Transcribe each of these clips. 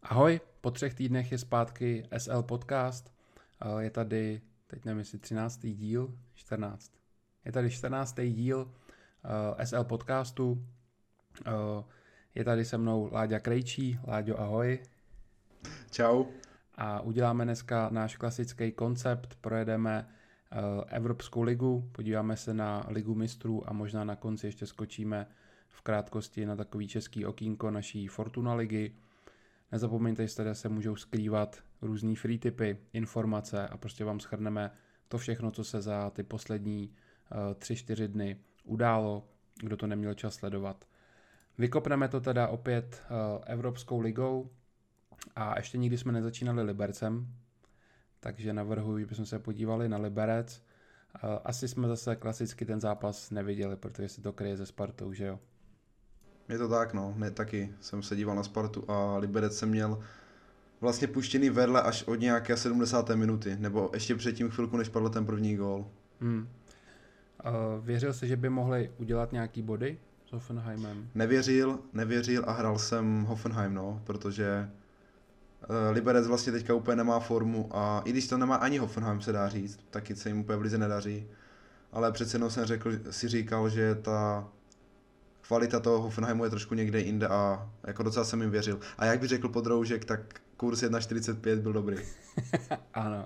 Ahoj, po 3 týdnech je zpátky SL Podcast. Je tady, teď nevím jestli 13. díl, 14. Je tady 14. díl SL Podcastu. Je tady se mnou Láďa Krejčí. Láďo, ahoj. Čau. A uděláme dneska náš klasický koncept, projedeme Evropskou ligu, podíváme se na Ligu mistrů a možná na konci ještě skočíme v krátkosti na takový český okýnko naší Fortuna ligy. Nezapomeňte, že tady se můžou skrývat různý free tipy, informace a prostě vám shrneme to všechno, co se za ty poslední 3-4 dny událo, kdo to neměl čas sledovat. Vykopneme to teda opět Evropskou ligou a ještě nikdy jsme nezačínali Libercem, takže navrhuji, bychom se podívali na Liberec. Asi jsme zase klasicky ten zápas neviděli, protože si to kryje ze Spartou, že jo? Je to tak, no. Taky jsem se díval na Spartu a Liberec jsem měl vlastně puštěný vedle až od nějaké 70. minuty, nebo ještě předtím chvilku, než padl ten první gól. Věřil jsi, že by mohli udělat nějaký body s Hoffenheimem? Nevěřil a hrál jsem Hoffenheim, no, protože Liberec vlastně teďka úplně nemá formu a i když to nemá ani Hoffenheim, se dá říct, taky se jim úplně v lize nedaří, ale přece jenom jsem si říkal, že ta kvalita toho Hoffenheimu je trošku někde jinde a jako docela jsem jim věřil. A jak bych řekl Podroužek, tak kurz 1,45 byl dobrý. Ano.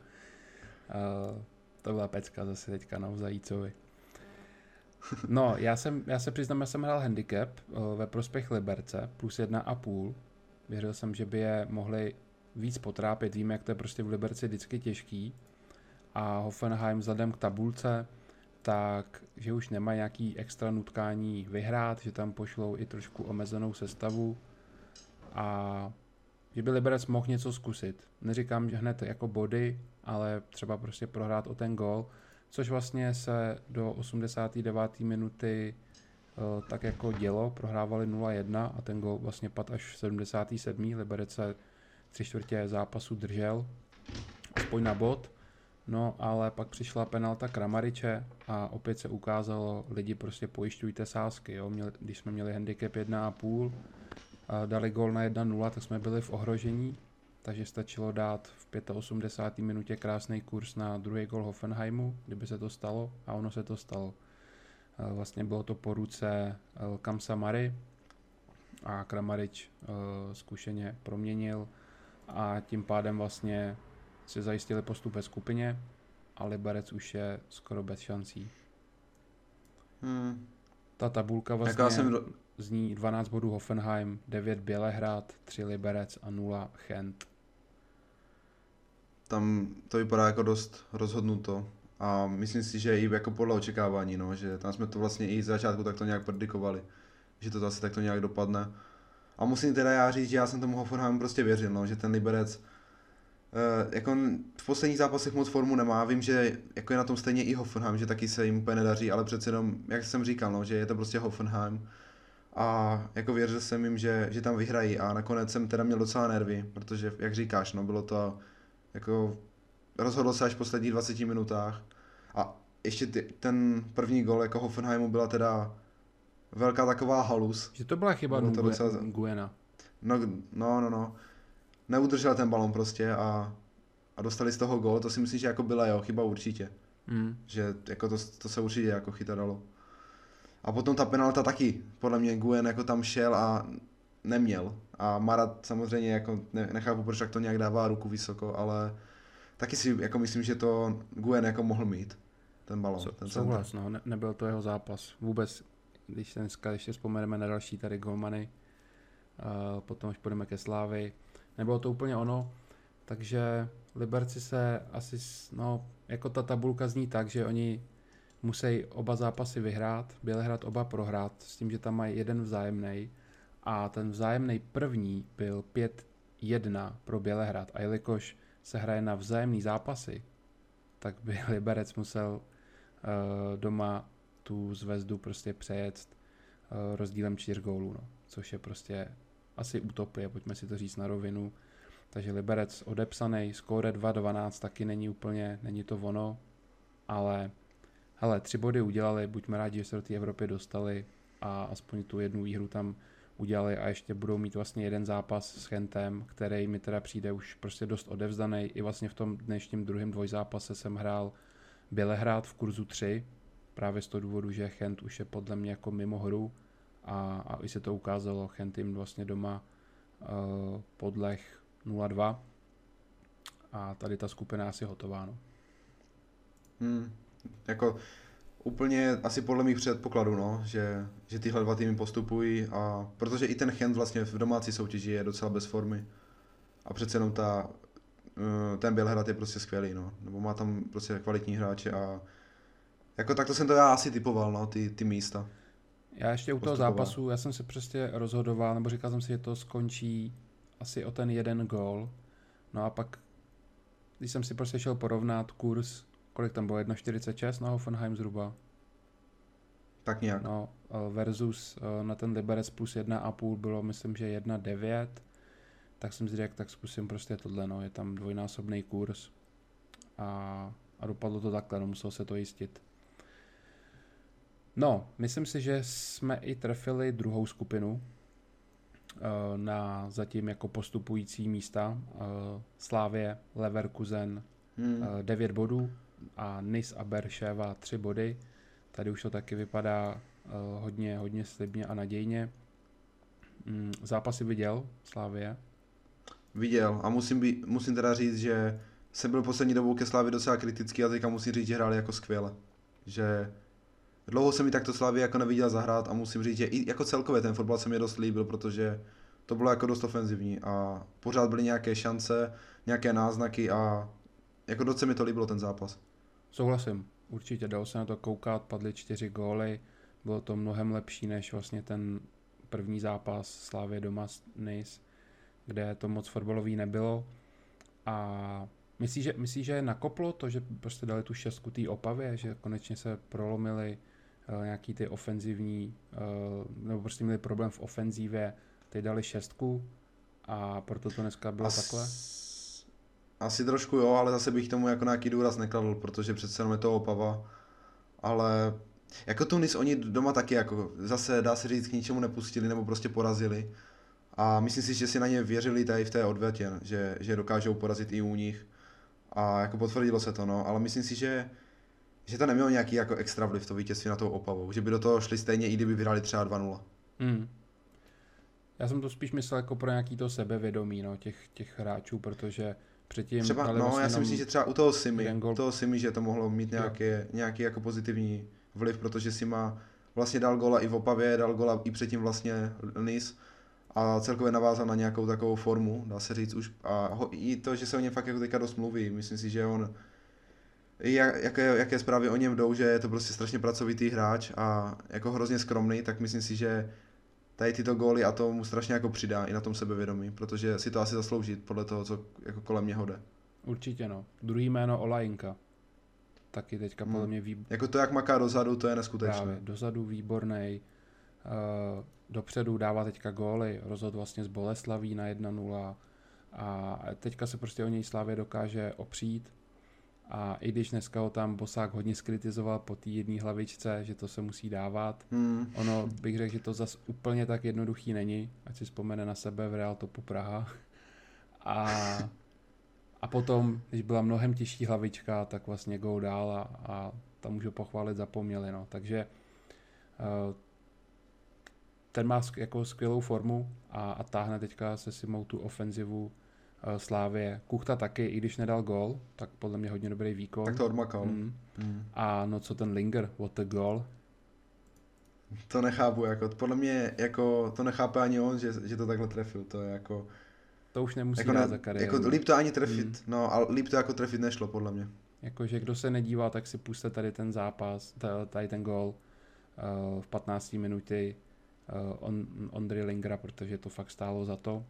To byla pecka zase teďka v Zajícovi. No, já se přiznám, že jsem hrál handicap ve prospěch Liberce plus 1,5. Věřil jsem, že by je mohli víc potrápit. Víme, jak to je prostě v Liberci vždycky těžký. A Hoffenheim vzhledem k tabulce, tak že už nemá nějaký extra nutkání vyhrát, že tam pošlou i trošku omezenou sestavu a že by Liberec mohl něco zkusit. Neříkám, že hned jako body, ale třeba prostě prohrát o ten gól, což vlastně se do 89. minuty tak jako dělo, prohrávali 0-1 a ten gól vlastně padl až v 77. Liberec se 3/4 zápasu držel, aspoň na bod. No, ale pak přišla penalta Kramariče a opět se ukázalo, lidi prostě pojišťujte sázky, jo? Když jsme měli handicap 1,5 a dali gól na 1-0, tak jsme byli v ohrožení, takže stačilo dát v 85. minutě krásný kurz na druhý gól Hoffenheimu, kdyby se to stalo, a ono se to stalo. Vlastně bylo to po ruce Kamsa Mary a Kramarič zkušeně proměnil a tím pádem vlastně si zajistili postup ve skupině a Liberec už je skoro bez šancí. Ta tabulka vlastně zní 12 bodů Hoffenheim, 9 Bělehrad, 3 Liberec a 0 Chent. Tam to vypadá jako dost rozhodnuto a myslím si, že i jako podle očekávání, no, že tam jsme to vlastně i z začátku takto nějak predikovali, že to zase takto nějak dopadne. A musím teda já říct, že já jsem tomu Hoffenheimu prostě věřil, no, že ten Liberec jako v posledních zápasech moc formu nemá, vím, že jako je na tom stejně i Hoffenheim, že taky se jim úplně nedaří, ale přece jenom, jak jsem říkal, no, že je to prostě Hoffenheim a jako věřil jsem jim, že tam vyhrají a nakonec jsem teda měl docela nervy, protože jak říkáš, no, bylo to jako rozhodlo se až v posledních 20 minutách a ještě ten první gol jako Hoffenheimu byla teda velká taková halus. Že to byla chyba Nguyena. No. Neudržel ten balon prostě a dostali z toho gól, to si myslím, že jako byla jeho chyba určitě. Že jako to se určitě jako chytat dalo. A potom ta penalta taky, podle mě Nguyen jako tam šel a neměl. A Marat samozřejmě jako nechápu, proč tak to nějak dává ruku vysoko, ale taky si jako myslím, že to Nguyen jako mohl mít, ten balon. Souhlas, no, nebyl to jeho zápas. Vůbec, když se dneska ještě vzpomeneme na další tady golmany, potom až půjdeme ke Slávy, nebylo to úplně ono, takže Liberci se asi, no, jako ta tabulka zní tak, že oni musí oba zápasy vyhrát, Bělehrad oba prohrát, s tím, že tam mají jeden vzájemnej a ten vzájemnej první byl 5-1 pro Bělehrad a jelikož se hraje na vzájemný zápasy, tak by Liberec musel doma tu zvezdu prostě přejet rozdílem 4 gólů, no, což je prostě asi utopie, pojďme si to říct na rovinu. Takže Liberec odepsaný, skóre 2-12 taky není to ono, ale hele, 3 body udělali, buďme rádi, že se do té Evropy dostali a aspoň tu jednu výhru tam udělali a ještě budou mít vlastně jeden zápas s Chentem, který mi teda přijde už prostě dost odevzdaný. I vlastně v tom dnešním druhém dvojzápase jsem hrál Bělehrad v kurzu 3, právě z toho důvodu, že Chent už je podle mě jako mimo hru a i se to ukázalo, Chent jim vlastně doma podleh 0-2 a tady ta skupina je asi hotová. No. Jako úplně asi podle mých předpokladů, no, že tyhle dva týmy postupují a protože i ten Chent vlastně v domácí soutěži je docela bez formy a přece jenom ten Bělehrad je prostě skvělý, no, nebo má tam prostě kvalitní hráče a jako takto jsem to já asi typoval, no, ty místa. Já ještě u toho zápasu, já jsem se prostě rozhodoval, nebo říkal jsem si, že to skončí asi o ten jeden gól, no a pak, když jsem si prostě šel porovnat kurz, kolik tam bylo, 1,46 na Hoffenheim zhruba. Tak nějak. No, versus na ten Liberec plus 1,5 bylo, myslím, že 1,9. Tak jsem si řekl, tak zkusím prostě tohle, no, je tam dvojnásobný kurz. A dopadlo to takhle, no, muselo se to jistit. No, myslím si, že jsme i trefili druhou skupinu na zatím jako postupující místa. Slavie, Leverkusen 9 bodů a Nice a Beerševa 3 body. Tady už to taky vypadá hodně slibně a nadějně. Zápasy viděl Slavie? Viděl a musím teda říct, že jsem byl poslední dobou ke Slavii docela kritický a teďka musím říct, že hráli jako skvěle. Že dlouho jsem mi takto Slavii jako neviděl zahrát a musím říct, že i jako celkově ten fotbal se mi dost líbil, protože to bylo jako dost ofenzivní a pořád byly nějaké šance, nějaké náznaky a jako dost se mi to líbilo ten zápas. Souhlasím, určitě dalo se na to koukat, padly 4 góly, bylo to mnohem lepší než vlastně ten první zápas Slavie doma Nice, kde to moc fotbalový nebylo a myslíš, že nakoplo to, že prostě dali tu 6 té Opavě, že konečně se prolomili nějaký ty ofenzivní, nebo prostě měli problém v ofenzívě, teď dali 6 a proto to dneska bylo takhle? Asi trošku jo, ale zase bych tomu jako nějaký důraz nekladl, protože přece jenom je to Opava, ale jako tu Nice oni doma taky jako zase dá se říct k ničemu nepustili nebo prostě porazili a myslím si, že si na ně věřili tady v té odvětě, že dokážou porazit i u nich a jako potvrdilo se to, no, ale myslím si, že to nemělo nějaký jako extra vliv to vítězství na tou Opavou, že by do toho šli stejně, i kdyby vyhráli třeba 2-0. Já jsem to spíš myslel jako pro nějaký to sebevědomí, no, těch hráčů, protože předtím... Třeba, no, já si myslím, že třeba u toho Simy, že to mohlo mít nějaký jako pozitivní vliv, protože Sima vlastně dal góla i v Opavě, dal góla i předtím vlastně Nice a celkově navázal na nějakou takovou formu, dá se říct už. A i to, že se o něm fakt jako teďka dost mluví, myslím si, že on, jaké zprávy o něm jdou, že je to prostě strašně pracovitý hráč a jako hrozně skromný, tak myslím si, že tady tyto góly a to mu strašně jako přidá i na tom sebevědomí, protože si to asi zaslouží podle toho, co jako kolem něho jde. Určitě no. Druhý jméno Olajinka. Taky teďka podle mě Jako to, jak maká dozadu, to je neskutečné. Právě, dozadu výbornej. Dopředu dává teďka góly, rozhodl vlastně z Boleslaví na 1-0 a teďka se prostě o něj Slavie dokáže opřít a i když dneska ho tam Bosák hodně skritizoval po té jedné hlavičce, že to se musí dávat, ono bych řekl, že to zas úplně tak jednoduchý není, ať si vzpomene na sebe v Real Topu Praha a potom, když byla mnohem těžší hlavička, tak vlastně gól dál a tam můžu pochválit zapomněli, no, takže ten má jako skvělou formu a táhne teďka se Simou tu ofenzivu Slavie. Kuchta taky, i když nedal gól, tak podle mě hodně dobrý výkon. Tak to odmakal. A no co ten Linger, what a goal. To nechápu, jako podle mě jako to nechápe ani on, že to takhle trefil, to je jako... To už nemusí jako dát za kariéru. Jako líp to ani trefit, no a líp to jako trefit nešlo, podle mě. Jakože kdo se nedívá, tak si puste tady ten zápas, tady ten gól v 15. minutě Ondry Lingera, protože to fakt stálo za to.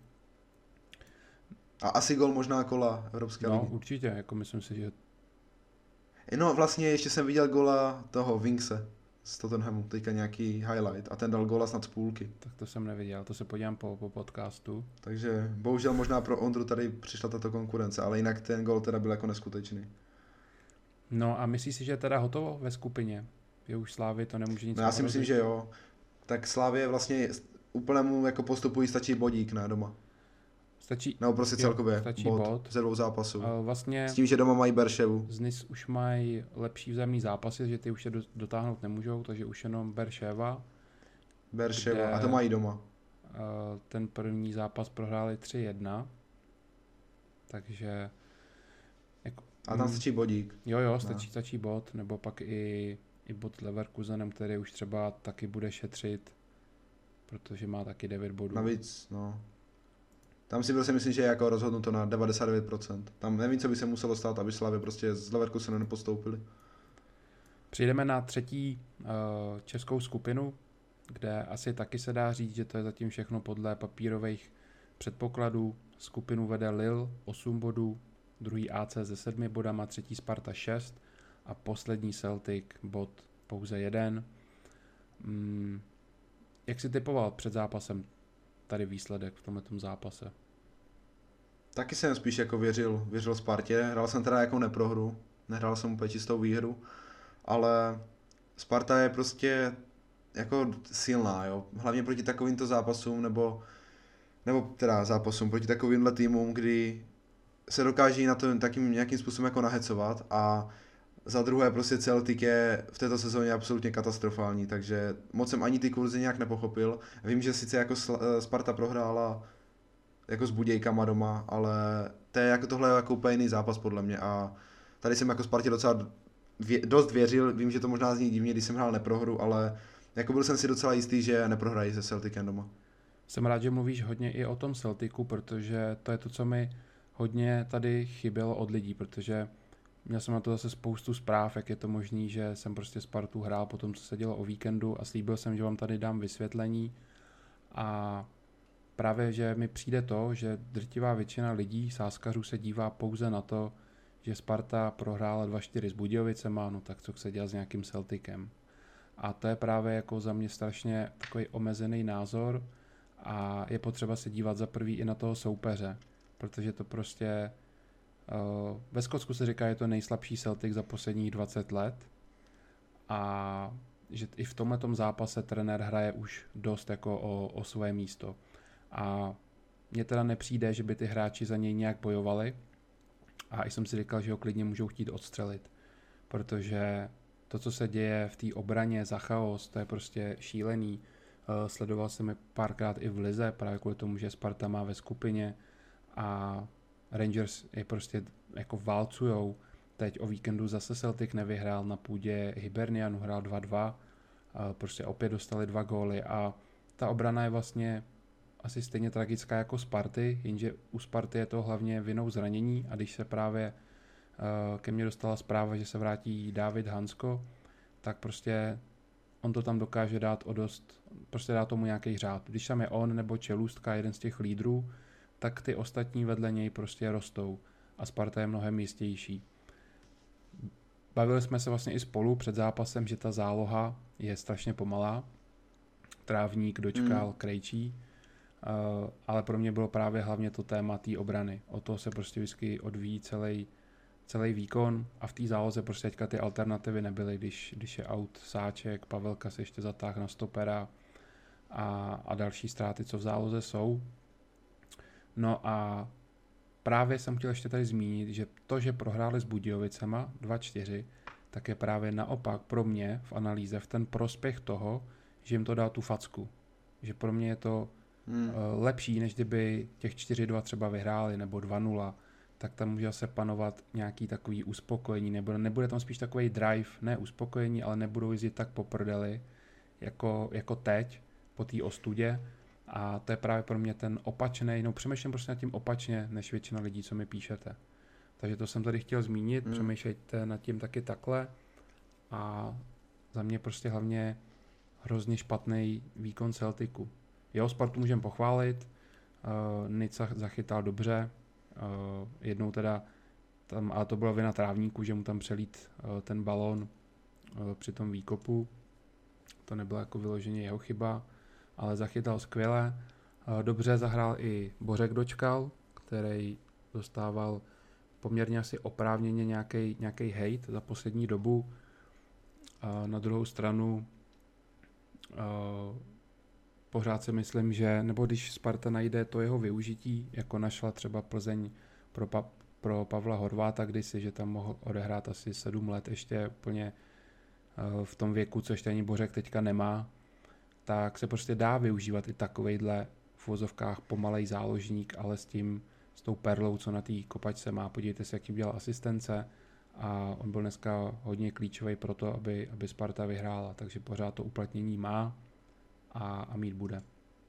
A asi gól možná kola Evropské ligy. No určitě, jako myslím si, že... No vlastně ještě jsem viděl góla toho Wingse z Tottenhamu, teďka nějaký highlight a ten dal góla snad z půlky. Tak to jsem neviděl, to se podívám po podcastu. Takže bohužel možná pro Ondru tady přišla tato konkurence, ale jinak ten gól teda byl jako neskutečný. No a myslíš si, že je teda hotovo ve skupině? Je už Slavii to nemůže nic No já si myslím, že jo. Tak Slavie vlastně úplnému jako postupu stačí bodík, ne, doma. Stačí, Nebo prostě celkově stačí bod ze 2 zápasů. Vlastně s tím, že doma mají Berševu. z NIS už mají lepší vzájemný zápasy, že ty už je dotáhnout nemůžou, takže už jenom Berševa. Berševa, a to mají doma. Ten první zápas prohráli 3-1, takže... Jako, a tam stačí bodík. Jo, stačí bod, nebo pak i bod s Leverkusenem, který už třeba taky bude šetřit, protože má taky 9 bodů. Navíc, no. Tam si prostě myslím, že je jako rozhodnuto na 99%. Tam nevím, co by se muselo stát, aby Slavě prostě z Leverkusenu nepostoupili. Přijdeme na třetí českou skupinu, kde asi taky se dá říct, že to je zatím všechno podle papírových předpokladů. Skupinu vede Lille 8 bodů, druhý AC se 7 bodama, třetí Sparta 6 a poslední Celtic bod pouze 1. Jak jsi typoval před zápasem tady výsledek v tomto zápase? Taky jsem spíš jako věřil Spartě, hrál jsem teda jako neprohru, nehrál jsem úplně čistou výhru, ale Sparta je prostě jako silná, jo, hlavně proti takovýmto zápasům, nebo teda zápasům proti takovýmhle týmům, kdy se dokáží na to takým nějakým způsobem jako nahecovat a za druhé prostě Celtic je v této sezóně absolutně katastrofální, takže moc jsem ani ty kurzy nějak nepochopil. Vím, že sice jako Sparta prohrála jako s Budějkama doma, ale to je jako tohle jako úplně jiný zápas podle mě a tady jsem jako Spartě docela dost věřil, vím, že to možná zní divně, když jsem hrál neprohru, ale jako byl jsem si docela jistý, že neprohrají se Celticem doma. Jsem rád, že mluvíš hodně i o tom Celticu, protože to je to, co mi hodně tady chybělo od lidí, protože měl jsem na to zase spoustu zpráv, jak je to možný, že jsem prostě Spartu hrál po tom, co se dělo o víkendu a slíbil jsem, že vám tady dám vysvětlení a právě, že mi přijde to, že drtivá většina lidí, sázkařů se dívá pouze na to, že Sparta prohrála 2-4 s Budějovicema, no tak co chce dělat s nějakým Celticem. A to je právě jako za mě strašně takový omezený názor a je potřeba se dívat za prvý i na toho soupeře, protože to prostě ve Skotsku se říká, že je to nejslabší Celtic za posledních 20 let a že i v tomhletom zápase trenér hraje už dost jako o svoje místo. A mně teda nepřijde, že by ty hráči za něj nějak bojovali a i jsem si říkal, že ho klidně můžou chtít odstřelit, protože to, co se děje v té obraně za chaos, to je prostě šílený. Sledoval jsem je párkrát i v lize, právě kvůli tomu, že Sparta má ve skupině a Rangers je prostě jako válcujou. Teď o víkendu zase Celtic nevyhrál na půdě Hibernianu, hrál 2-2, prostě opět dostali 2 góly a ta obrana je vlastně asi stejně tragická jako Sparty, jenže u Sparty je to hlavně vinou zranění a když se právě ke mně dostala zpráva, že se vrátí David Hansko, tak prostě on to tam dokáže dát o dost, prostě dá tomu nějaký řád. Když tam je on nebo Čelůstka, jeden z těch lídrů, tak ty ostatní vedle něj prostě rostou a Sparta je mnohem jistější. Bavili jsme se vlastně i spolu před zápasem, že ta záloha je strašně pomalá. Trávník, Dočkal, Krejčí, ale pro mě bylo právě hlavně to téma té obrany. O to se prostě vždycky odvíjí celý výkon a v té záloze prostě teďka ty alternativy nebyly, když je out Sáček, Pavelka se ještě zatáhl na stopera a další ztráty, co v záloze jsou. No a právě jsem chtěl ještě tady zmínit, že to, že prohráli s Budějovicema 2-4, tak je právě naopak pro mě v analýze v ten prospěch toho, že jim to dá tu facku. Že pro mě je to lepší, než kdyby těch 4-2 třeba vyhráli nebo 2-0, tak tam může se panovat nějaký takový uspokojení, nebo nebude tam spíš takový drive, ne uspokojení, ale nebudou jezdit tak po prdeli, jako teď, po té ostudě. A to je právě pro mě ten opačný, no přemýšlím prostě nad tím opačně, než většina lidí, co mi píšete. Takže to jsem tady chtěl zmínit, přemýšlejte nad tím taky takhle. A za mě prostě hlavně hrozně špatný výkon Celticu. Jo, Spartu můžeme pochválit, Nica zachytal dobře, jednou teda tam, ale to byla vina Trávníku, že mu tam přelít ten balón při tom výkopu. To nebyla jako vyloženě jeho chyba, ale zachytal skvěle. Dobře zahrál i Bořek Dočkal, který dostával poměrně asi oprávněně nějaký hejt za poslední dobu. Na druhou stranu pořád si myslím, že, nebo když Sparta najde to jeho využití, jako našla třeba Plzeň pro Pavla Horváta kdysi, že tam mohl odehrát asi 7 let ještě úplně v tom věku, co ještě ani Bořek teďka nemá, tak se prostě dá využívat i takovejhle v uvozovkách pomalej záložník, ale s tou perlou, co na té kopačce má. Podívejte se, jaký dělal asistence a on byl dneska hodně klíčový pro to, aby Sparta vyhrála, takže pořád to uplatnění má a mít bude.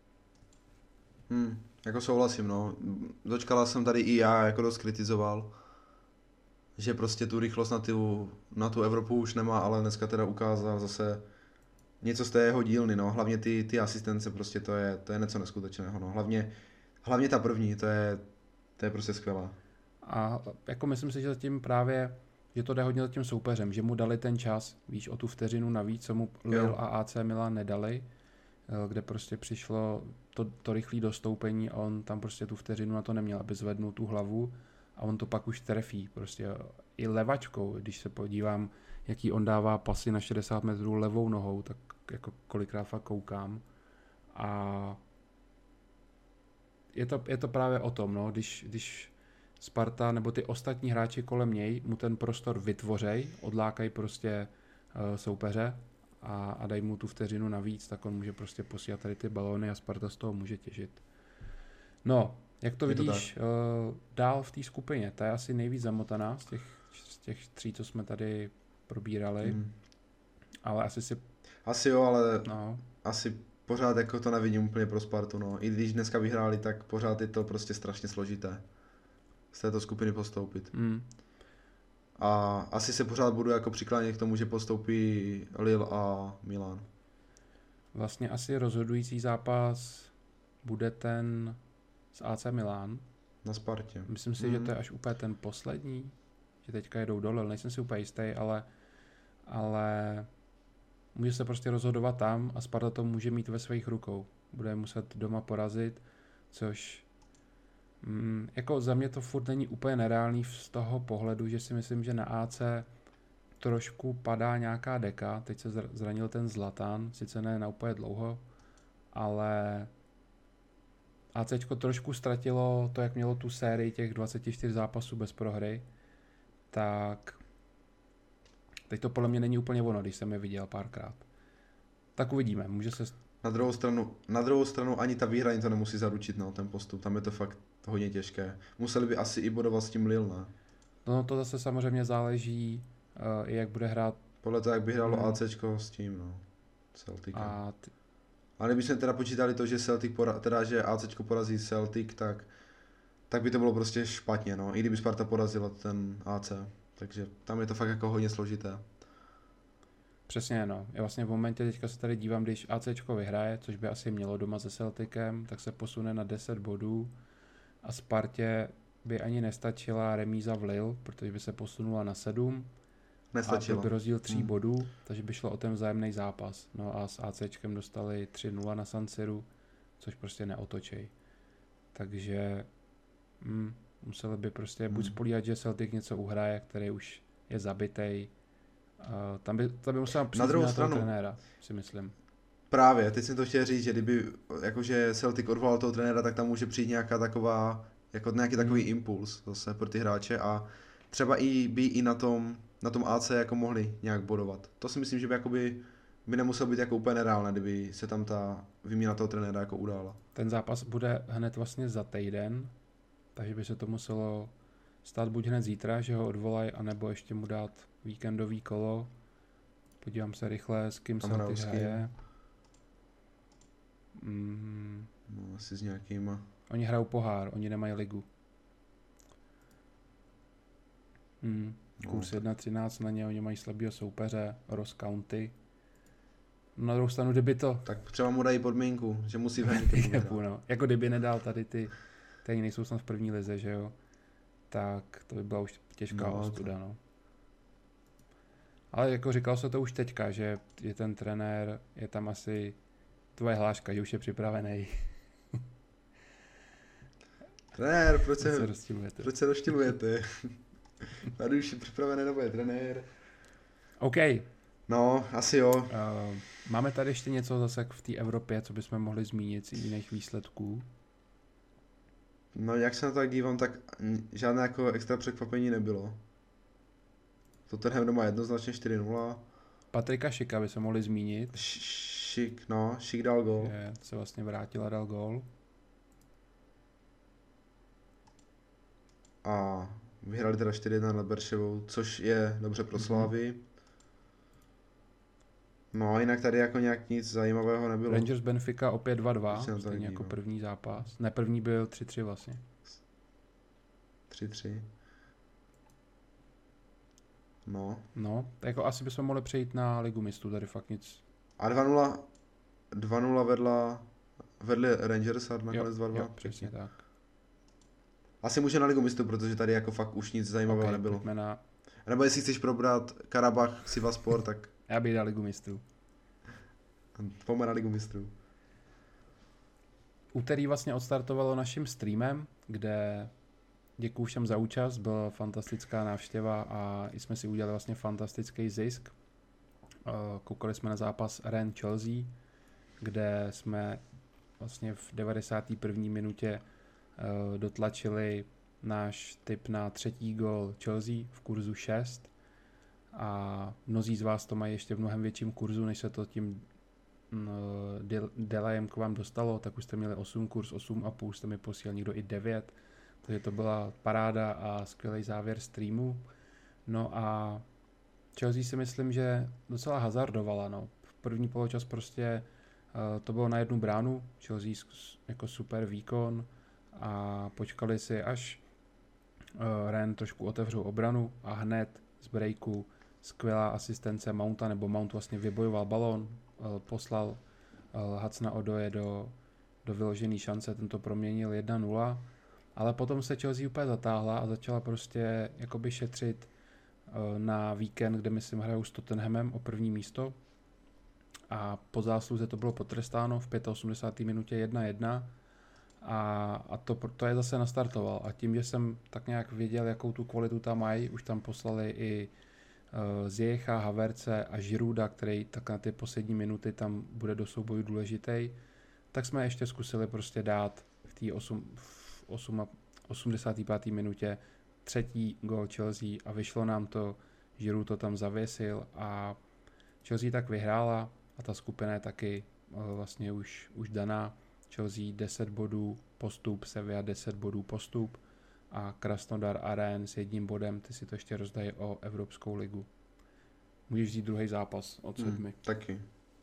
Jako souhlasím, no. Dočkala jsem tady i já jako dost kritizoval, že prostě tu rychlost na tu Evropu už nemá, ale dneska teda ukázal zase něco z té jeho dílny, no. Hlavně ty asistence, prostě to je něco neskutečného, no. Hlavně ta první, to je prostě skvělá. A jako myslím si, že zatím právě, že to jde hodně za tím soupeřem, že mu dali ten čas, víš, o tu vteřinu navíc, co mu Lille a AC Milan nedali, kde prostě přišlo to rychlé dostoupení a on tam prostě tu vteřinu na to neměl, aby zvednul tu hlavu a on to pak už trefí, prostě i levačkou, když se podívám, jaký on dává pasy na 60 metrů levou nohou, tak jako kolikrát fakt koukám a je to právě o tom, no, když Sparta nebo ty ostatní hráči kolem něj mu ten prostor vytvořej, odlákají prostě soupeře a dají mu tu vteřinu navíc, tak on může prostě posílat tady ty balóny a Sparta z toho může těžit. No, jak to vidíš dál v té skupině? Ta je asi nejvíc zamotaná z těch 3, co jsme tady probírali, ale Asi jo, ale asi pořád jako to nevidím úplně pro Spartu, no. I když dneska vyhráli, tak pořád je to prostě strašně složité z této skupiny postoupit. A asi se pořád budu jako přiklánět k tomu, že postoupí Lille a Milan. Vlastně asi rozhodující zápas bude ten s AC Milan. Na Spartě. Myslím si, že to je až úplně ten poslední, že teďka jedou dole, nejsem si úplně jistý, ale může se prostě rozhodovat tam a Sparta to může mít ve svých rukou. Bude muset doma porazit, což jako za mě to furt není úplně nereálný z toho pohledu, že si myslím, že na AC trošku padá nějaká deka. Teď se zranil ten Zlatan, sice ne na úplně dlouho, ale ACčko trošku ztratilo to, jak mělo tu sérii těch 24 zápasů bez prohry, tak teď to podle mě není úplně ono, když jsem je viděl párkrát. Tak uvidíme, může se... Na druhou stranu ani ta výhra jim to nemusí zaručit, no, ten postup, tam je to fakt hodně těžké. Museli by asi i bodovat s tím Lille, ne? No to zase samozřejmě záleží, jak bude hrát. Podle toho, jak by hrálo ACčko s tím, no, Celticem. A kdybychom teda počítali to, že že ACčko porazí Celtic, tak by to bylo prostě špatně, no, i kdyby Sparta porazila ten AC. Takže tam je to fakt jako hodně složité. Přesně, no. Já vlastně v momentě teďka se tady dívám, když ACčko vyhraje, což by asi mělo doma se Celticem, tak se posune na 10 bodů a Spartě by ani nestačila remíza v Lille, protože by se posunula na 7. Nestačilo. A to by rozdíl 3 bodů, takže by šlo o ten vzájemný zápas. No a s ACčkem dostali 3-0 na San Siru, což prostě neotočej. Takže museli by prostě buď spolíhat, že Celtic něco uhraje, který už je zabitej. Tam by musela přijít na toho trenéra, si myslím. Právě, teď jsem to chtěl říct, že kdyby jakože Celtic odvolal toho trenéra, tak tam může přijít nějaká taková, jako nějaký takový impuls zase pro ty hráče a třeba i na tom AC jako mohli nějak bodovat. To si myslím, že by nemuselo být jako úplně nereálné, kdyby se tam ta výměna toho trenéra jako udála. Ten zápas bude hned vlastně za týden, takže by se to muselo stát buď hned zítra, že ho odvolají, anebo ještě mu dát víkendový kolo. Podívám se rychle, s kým Celtic hraje. No, asi s nějakýma. Oni hrajou pohár, oni nemají ligu. Kurs 1.13 na ně, oni mají slabýho soupeře, Ross County. Na druhou stranu, kdyby to... Tak třeba mu dají podmínku, že musí v handicapu. No. Jako kdyby nedal tady ty, který nejsou snad v první lize, že jo? Tak to by byla už těžká ostuda, no. Ale jako říkal se to už teďka, že je ten trenér, je tam asi tvoje hláška, že už je připravený. Trenér, proč se rozčilujete? Tady už je připravený nový trenér. OK, No, asi jo. Máme tady ještě něco zase v té Evropě, co bychom mohli zmínit z jiných výsledků? No, jak se na to tak dívám, tak žádné jako extra překvapení nebylo. Tottenham doma jednoznačně 4-0. Patrika Šika by se mohli zmínit. Šik dal gol. Že se vlastně vrátil a dal gól. A vyhrali teda 4-1 nad Berševou, což je dobře pro Slávy. No a jinak tady jako nějak nic zajímavého nebylo. Rangers Benfica opět 2-2, stejně jako první zápas. Ne, první byl 3-3 vlastně. 3-3. No, tak jako asi bychom mohli přejít na Ligu mistrů, tady fakt nic. A 2-0 vedli Rangers a nakonec 2-2. Jo, přesně tak. Asi může na Ligu mistrů, protože tady jako fakt už nic zajímavého nebylo. Nebo jestli chceš probrat Karabach, Sivaspor, tak... Já bych dal Ligu mistrů. Pojďme na Ligu mistrů. Úterý vlastně odstartovalo naším streamem, kde děkuju všem za účast, byla fantastická návštěva a jsme si udělali vlastně fantastický zisk. Koukali jsme na zápas Rennes Chelsea, kde jsme vlastně v 91. minutě dotlačili náš tip na třetí gól Chelsea v kurzu 6 a mnozí z vás to mají ještě v mnohem větším kurzu, než se to tím delayem k vám dostalo, tak už jste měli 8 kurz, 8,5, jste mi posílal někdo i 9, takže to byla paráda a skvělý závěr streamu. No a Chelsea si myslím, že docela hazardovala, no. V první poločas prostě to bylo na jednu bránu, Chelsea jako super výkon a počkali si, až Rennes trošku otevřou obranu a hned z breaku skvělá asistence Mounta, nebo Mount vlastně vybojoval balón, poslal Hudsona Odoje do vyložené šance, ten to proměnil 1-0, ale potom se Chelsea úplně zatáhla a začala prostě jakoby šetřit na víkend, kde myslím hrajou s Tottenhamem o první místo a po zásluze to bylo potrestáno v 85. minutě 1-1 a to je zase nastartoval a tím, že jsem tak nějak věděl, jakou tu kvalitu tam mají, už tam poslali i Ziyecha, Havertze a Girouda, který tak na ty poslední minuty tam bude do souboju důležitý, tak jsme ještě zkusili prostě dát v té 85. minutě třetí gól Chelsea a vyšlo nám to, Giroud to tam zavěsil a Chelsea tak vyhrála a ta skupina je taky vlastně už daná. Chelsea 10 bodů postup, Sevilla 10 bodů postup a Krasnodar a Rennes s 1 bodem, ty si to ještě rozdají o Evropskou ligu. Můžeš vzít druhý zápas od 7. Taky.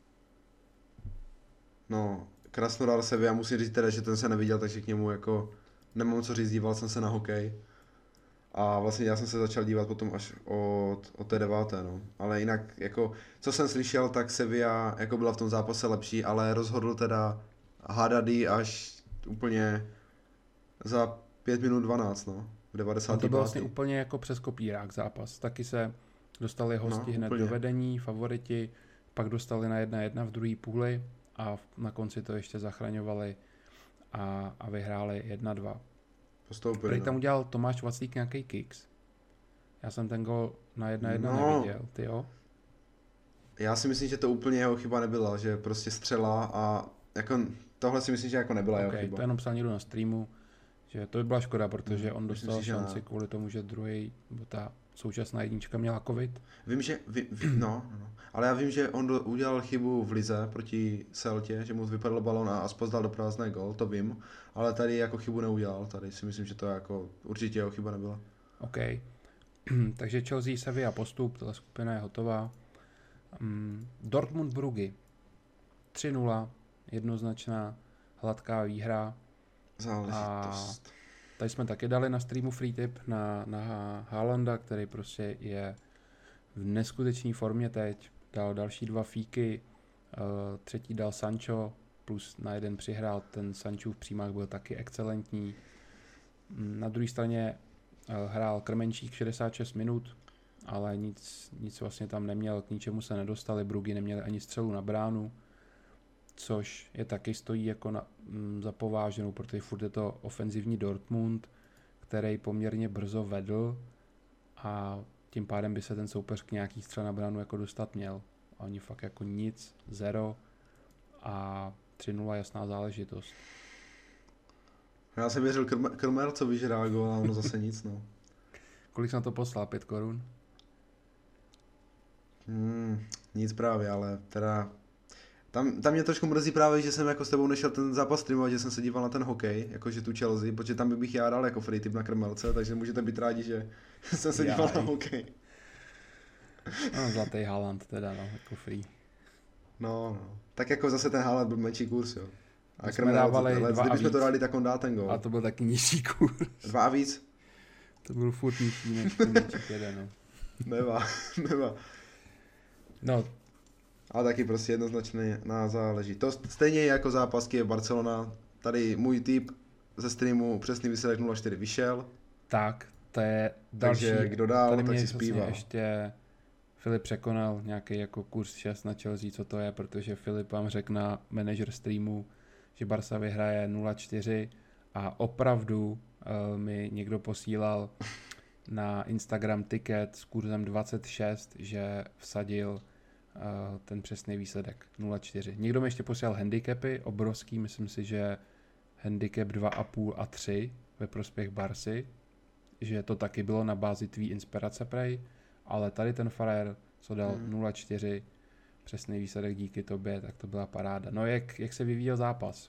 No, Krasnodar Sevilla, musím říct teda, že ten se neviděl, takže k němu jako nemám co říct, díval jsem se na hokej. A vlastně já jsem se začal dívat potom až od té 9. no. Ale jinak, jako, co jsem slyšel, tak Sevilla jako byla v tom zápase lepší, ale rozhodl teda Hadadi až úplně za 5 minut 12, no. V 90. To byl vlastně úplně jako přes kopírák zápas. Taky se dostali hosti hned do vedení, favoriti, pak dostali na 1-1 v druhé půli a na konci to ještě zachraňovali a vyhráli 1-2. Který tam udělal Tomáš Vaclík nějaký kicks. Já jsem ten gol na 1-1 neviděl, ty jo? Já si myslím, že to úplně jeho chyba nebyla, že prostě střela a jako tohle si myslím, že jako nebyla jeho chyba. To jenom psal někdo na streamu, že to by byla škoda, protože on dostal šanci kvůli tomu, že druhý, nebo ta současná jednička měla covid. Vím, že, ale já vím, že on udělal chybu v lize proti Celtě, že mu vypadl balon a spozdal do prázdné gol, to vím, ale tady jako chybu neudělal, tady si myslím, že to jako určitě jeho chyba nebyla. OK, takže Chelsea, Sevilla postup, tato skupina je hotová. Dortmund Bruggy 3-0, jednoznačná hladká výhra. Záležitost. A tady jsme taky dali na streamu free tip na Haalanda, který prostě je v neskutečné formě teď. Dal další 2 fíky, třetí dal Sancho, plus na 1 přihrál, ten Sancho v přímách byl taky excelentní. Na druhé straně hrál Krmenčík 66 minut, ale nic vlastně tam neměl, k ničemu se nedostali, Bruggy neměli ani střelu na bránu, což je taky stojí jako za pováženou, protože furt je to ofenzivní Dortmund, který poměrně brzo vedl a tím pádem by se ten soupeř k nějaký střel na bránu jako dostat měl. A oni fakt jako nic, 0 a 3-0 jasná záležitost. Já jsem věřil Krmelcovi, že reagoval, a ono zase nic, no. Kolik jsi na to poslal? 5 korun? Nic právě, ale teda... Tam mě trošku mrzí právě, že jsem jako s tebou nešel ten zápas streamovat, že jsem se díval na ten hokej, jakože tu Chelsea, protože tam bych já dal jako free tip na Krmelce, takže můžete být rádi, že jsem se díval na hokej. No, zlatý Haaland teda, no, jako free. No. Tak jako zase ten Haaland byl menší kurz, jo. A jsme dávali 2 a kdybychom víc. to dali, tak on dá ten gol. A to byl taky nižší kurz. 2 a víc? To byl furt nižší než ten nižší jeden, no. Nemá. No. Ale taky prostě jednoznačně na záleží. To stejně jako zápasky Barcelona. Tady můj tip ze streamu přesný výsledek 0-4 vyšel. Tak, to je další. Takže kdo dál, tady tak mě si zpívá. Ještě Filip překonal nějaký jako kurz 6 na Chelsea, co to je, protože Filip vám řekl na manager streamu, že Barca vyhraje 0-4 a opravdu mi někdo posílal na Instagram ticket s kurzem 26, že vsadil ten přesný výsledek 0-4. Někdo mi ještě posílal handicapy, obrovský, myslím si, že handicap 2,5 a 3 ve prospěch Barcy, že to taky bylo na bázi tvý inspirace prej, ale tady ten frajer, co dal 0-4, přesný výsledek díky tobě, tak to byla paráda. No jak se vyvíjel zápas?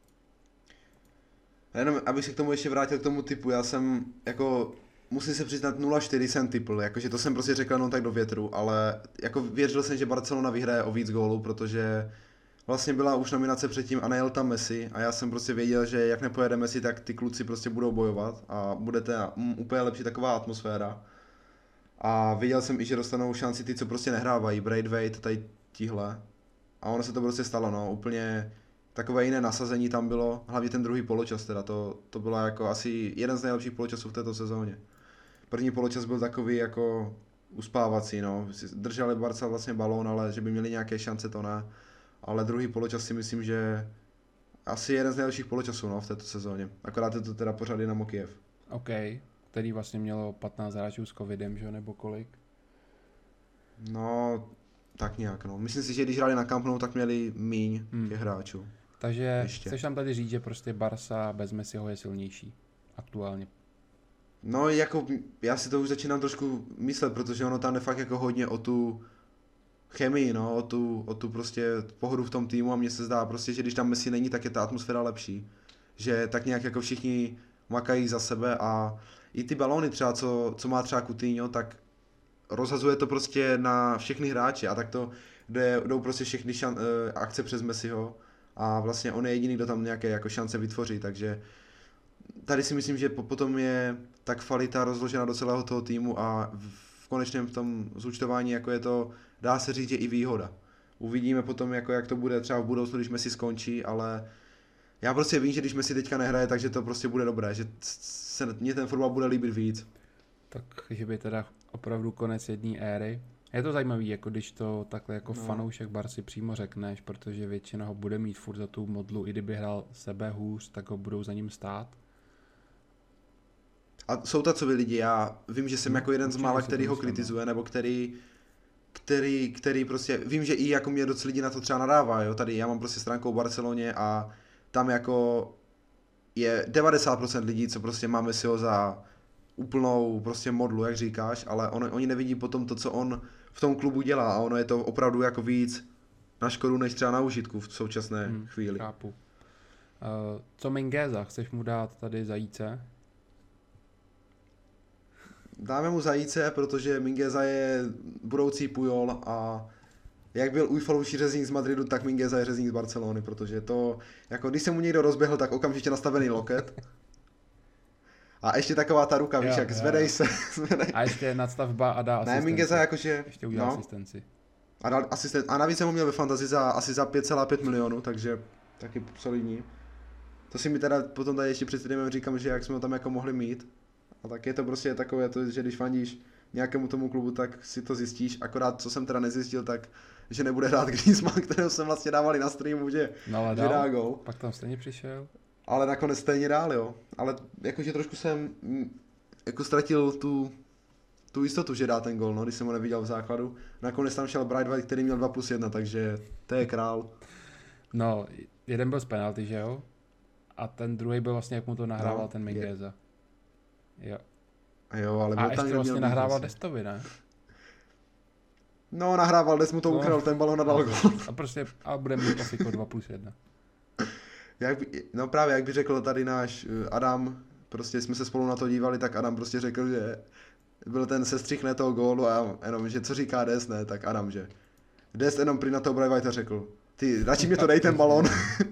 Jenom, abych se k tomu ještě vrátil k tomu typu, já jsem jako, musím se přiznat 0-4 jsem typl, jakože to jsem prostě řekl jenom tak do větru, ale jako věřil jsem, že Barcelona vyhraje o víc gólů, protože vlastně byla už nominace předtím a nejel tam Messi a já jsem prostě věděl, že jak nepojede Messi, tak ty kluci prostě budou bojovat a bude to úplně lepší taková atmosféra. A viděl jsem i, že dostanou šanci ty, co prostě nehrávají, Braithwaite, tady tihle. A ono se to prostě stalo, no, úplně takové jiné nasazení tam bylo, hlavně ten druhý poločas teda, to bylo jako asi jeden z nejlepších poločasů v této sezóně. První poločas byl takový jako uspávací, no, drželi Barca vlastně balón, ale že by měli nějaké šance, to ne. Ale druhý poločas si myslím, že asi jeden z nejlepších poločasů, no, v této sezóně. Akorát je to teda pořád Dynamo Kyjev. OK, který vlastně mělo 15 hráčů s covidem, že nebo kolik? No, tak nějak, no. Myslím si, že když hráli na Camp Nou, tak měli míň těch hráčů. Takže ještě. Chceš tam tady říct, že prostě Barca bez Messiho je silnější aktuálně? No, jako já si to už začínám trošku myslet, protože ono tam je fakt jako hodně o tu chemii, no, o tu prostě pohodu v tom týmu a mně se zdá prostě, že když tam Messi není, tak je ta atmosféra lepší. Že tak nějak jako všichni makají za sebe a i ty balóny třeba, co má třeba Coutinho, tak rozhazuje to prostě na všechny hráče a tak to jdou prostě všechny akce přes Messiho a vlastně on je jediný, kdo tam nějaké jako šance vytvoří, takže tady si myslím, že potom je ta kvalita rozložena do celého toho týmu a v konečném v tom zúčtování jako je to, dá se říct, že i výhoda. Uvidíme potom, jako jak to bude třeba v budoucnu, když Messi skončí, ale já prostě vím, že když Messi teďka nehraje, takže to prostě bude dobré, že se mně ten fotbal bude líbit víc. Takže by teda opravdu konec jedné éry. Je to zajímavý, jako když to takhle jako fanoušek Barcy přímo řekneš, protože většina ho bude mít furt za tu modlu, i kdyby hrál sebe hůř, tak ho budou za ním stát. A jsou takoví lidi, já vím, že jsem jako jeden z mála, který ho kritizuje, nebo který prostě, vím, že i jako mě docela lidi na to třeba nadává, jo, tady já mám prostě stránku o Barceloně a tam jako je 90% lidí, co prostě má Messiho za úplnou prostě modlu, jak říkáš, ale oni nevidí potom to, co on v tom klubu dělá a ono je to opravdu jako víc na škodu, než třeba na užitku v současné chvíli. Chápu. Co Mingueza? Chceš mu dát tady zajíce? Dáme mu zajíce, protože Mingueza je budoucí Puyol a jak byl Ujfalouší řezník z Madridu, tak Mingueza je řezník z Barcelony, protože to, jako když se mu někdo rozběhl, tak okamžitě nastavený loket. A ještě taková ta ruka, víš, jak zvedej se. A ještě nadstavba a dá asistenci. Ne, Mingueza jakože... Ještě udělá asistenci. A navíc jsem ho měl ve fantasy asi za 5,5 milionů, takže taky solidní. To si mi teda potom tady ještě před týdnem říkám, že jak jsme ho tam jako mohli mít. A tak je to prostě takové, že když fandíš nějakému tomu klubu, tak si to zjistíš. Akorát, co jsem teda nezjistil, tak že nebude hrát Griezmann, kterého jsem vlastně dávali na streamu, že dá gol. Pak tam stejně přišel. Ale nakonec stejně dál, jo. Ale jakože trošku jsem jako ztratil tu jistotu, že dá ten gol, no, když jsem ho neviděl v základu. Nakonec tam šel Braithwaite, který měl 2+1, takže to je král. No, jeden byl z penalty, že jo? A ten druhý byl vlastně, jak mu to nahrával ten Mingueza. Jo. Jo, ale a ještě vlastně nahrával Destovi, ne? No, nahrával, Des mu to ukradl, ten balón a dal gol. A prostě, a bude mít ofiko 2+1. No právě, jak by řekl tady náš Adam, prostě jsme se spolu na to dívali, tak Adam prostě řekl, že byl ten sestřih toho gólu a jenom, že co říká Des, ne, tak Adam, že Des jenom prý na toho Braithwaite řekl, ty, radši mě to dej ten balón.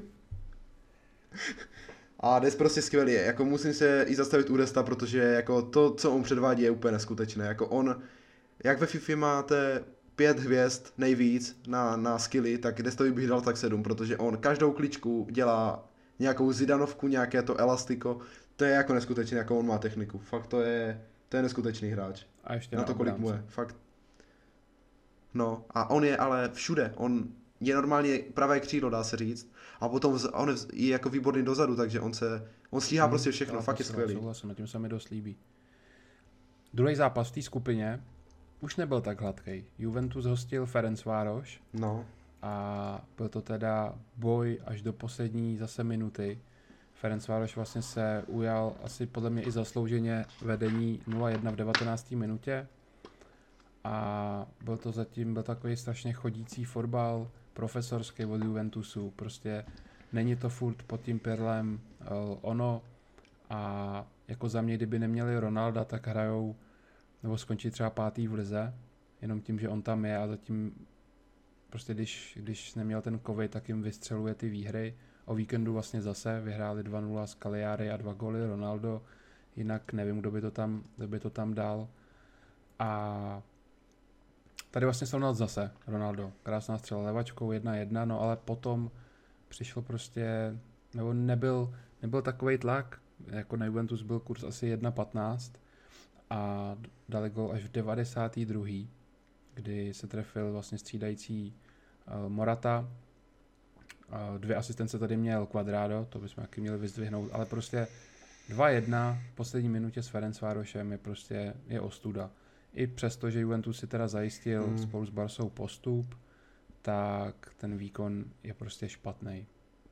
A Des prostě skvělý, jako musím se i zastavit u Desta, protože jako to, co on předvádí, je úplně neskutečné, jako on, jak ve FIFA máte 5 hvězd nejvíc na skilly, tak Destovi bych dal tak 7, protože on každou kličku dělá nějakou zidanovku, nějaké to elastiko, to je jako neskutečné, jako on má techniku, fakt to je neskutečný hráč. A ještě na to, kolik mu je, fakt. No a on je ale všude, on je normálně pravé křídlo, dá se říct, a potom on je jako výborný dozadu, takže on stíhá prostě všechno, fakt je skvělý. Souhlasím, tím se mi dost líbí. Druhý zápas v té skupině už nebyl tak hladký. Juventus hostil Ferencváros. No. A byl to teda boj až do poslední zase minuty. Ferencváros vlastně se ujal asi podle mě i zaslouženě vedení 0-1 v 19. minutě. A byl takový strašně chodící fotbal, profesorský od Juventusu. Prostě není to furt pod tím Pirlem ono. A jako za mě, kdyby neměli Ronalda, tak hrajou nebo skončí třeba 5. v lize, jenom tím, že on tam je a zatím prostě když neměl ten covid, tak jim vystřeluje ty výhry. O víkendu vlastně zase vyhráli 2-0 z Cagliari a 2 góly Ronaldo, jinak nevím, kdo by to tam dal. A tady vlastně srovnal zase Ronaldo, krásná střela levačkou 1-1, no ale potom přišel prostě, nebo nebyl takovej tlak, jako na Juventus byl kurz asi 1,15 a dali gol až v 92. kdy se trefil vlastně střídající Morata. 2 asistence tady měl Cuadrado, to bychom taky měli vyzdvihnout, ale prostě 2-1 v poslední minutě s Ferencvárosem je ostuda. I přesto, že Juventus si teda zajistil spolu s Barsou postup, tak ten výkon je prostě špatný.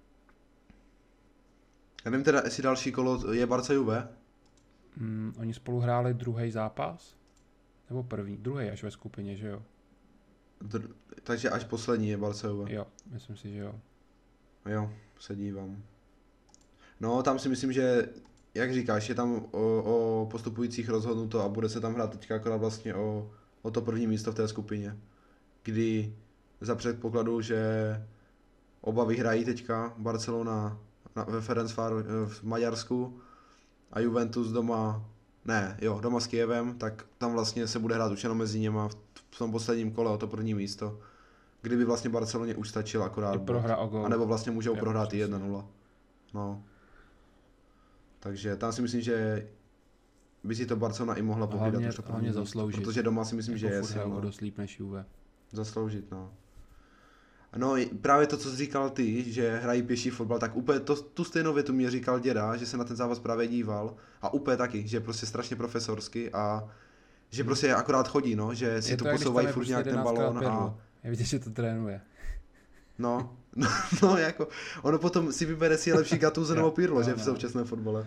Já nevím teda, jestli další kolo je Barca Juve? Oni spolu hráli druhý zápas? Nebo první? Druhý až ve skupině, že jo? Takže až poslední je Barca Juve. Jo, myslím si, že jo. Jo, se dívám. No, tam si myslím, že, jak říkáš, je tam o postupujících rozhodnuto a bude se tam hrát teďka akorát vlastně o to první místo v té skupině. Kdy za předpokladu, že oba vyhrají teďka, Barcelona ve Ferencvároši v Maďarsku a Juventus doma s Kyjevem, tak tam vlastně se bude hrát už jenom mezi něma v tom posledním kole o to první místo. Kdyby vlastně Barceloně už stačil akorát prohra o gól. A nebo vlastně můžou prohrát i 1-0. No. Takže tam si myslím, že by si to Barcelona i mohla pohlídat už to první místo, zasloužit. Protože doma si myslím, jako že je silno. Dost líp než Juve. Zasloužit, no. No právě to, co jsi říkal ty, že hrají pěší fotbal, tak úplně tu stejnou větu mě říkal děda, že se na ten zápas právě díval a úplně taky, že prostě strašně profesorsky a že prostě akorát chodí, no, že si to posouvají furt nějak ten balón a... Já vidím, že to trénuje. No, jako, ono potom si vybere si lepší Gattuso nebo Pirlo, že v současném fotbale.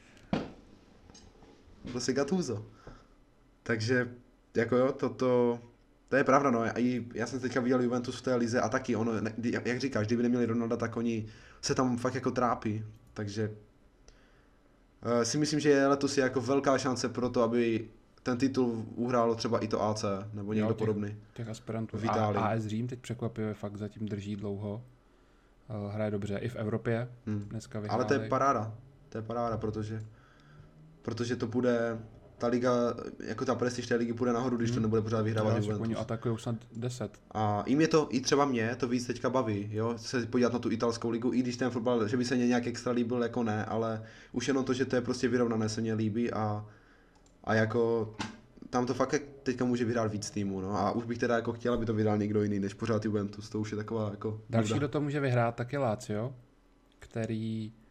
Prostě Gattuso. Takže, jako jo, to je pravda, no, já jsem teďka viděl Juventus v té lize a taky, ono, jak říkáš, kdyby neměli Ronalda, tak oni se tam fakt jako trápí, takže si myslím, že letos je jako velká šance pro to, aby ten titul uhrál třeba i to AC, nebo někdo podobný. Těch aspirantů. V Itálii. AS Řím teď překvapivě fakt zatím drží dlouho. Hraje dobře i v Evropě. Dneska vyhráli. Ale to je paráda, protože to bude, ta liga, jako ta prestiž té ligy půjde nahoru, když to nebude pořád vyhrávat Juventus. Oni atakují snad 10. A jim je to, i třeba mě, to víc teďka baví, jo, se podívat na tu italskou ligu, i když ten fotbal, že by se mě nějak extra líbil, jako ne, ale už jenom to, že to je prostě vyrovnané, se mě líbí a jako tam to fakt teďka může vyhrát víc týmů, no a už bych teda jako chtěl, aby to vyhrál někdo jiný, než pořád Juventus, to už je taková jako... Další, kdo to může vyhrát, tak je Lazio, který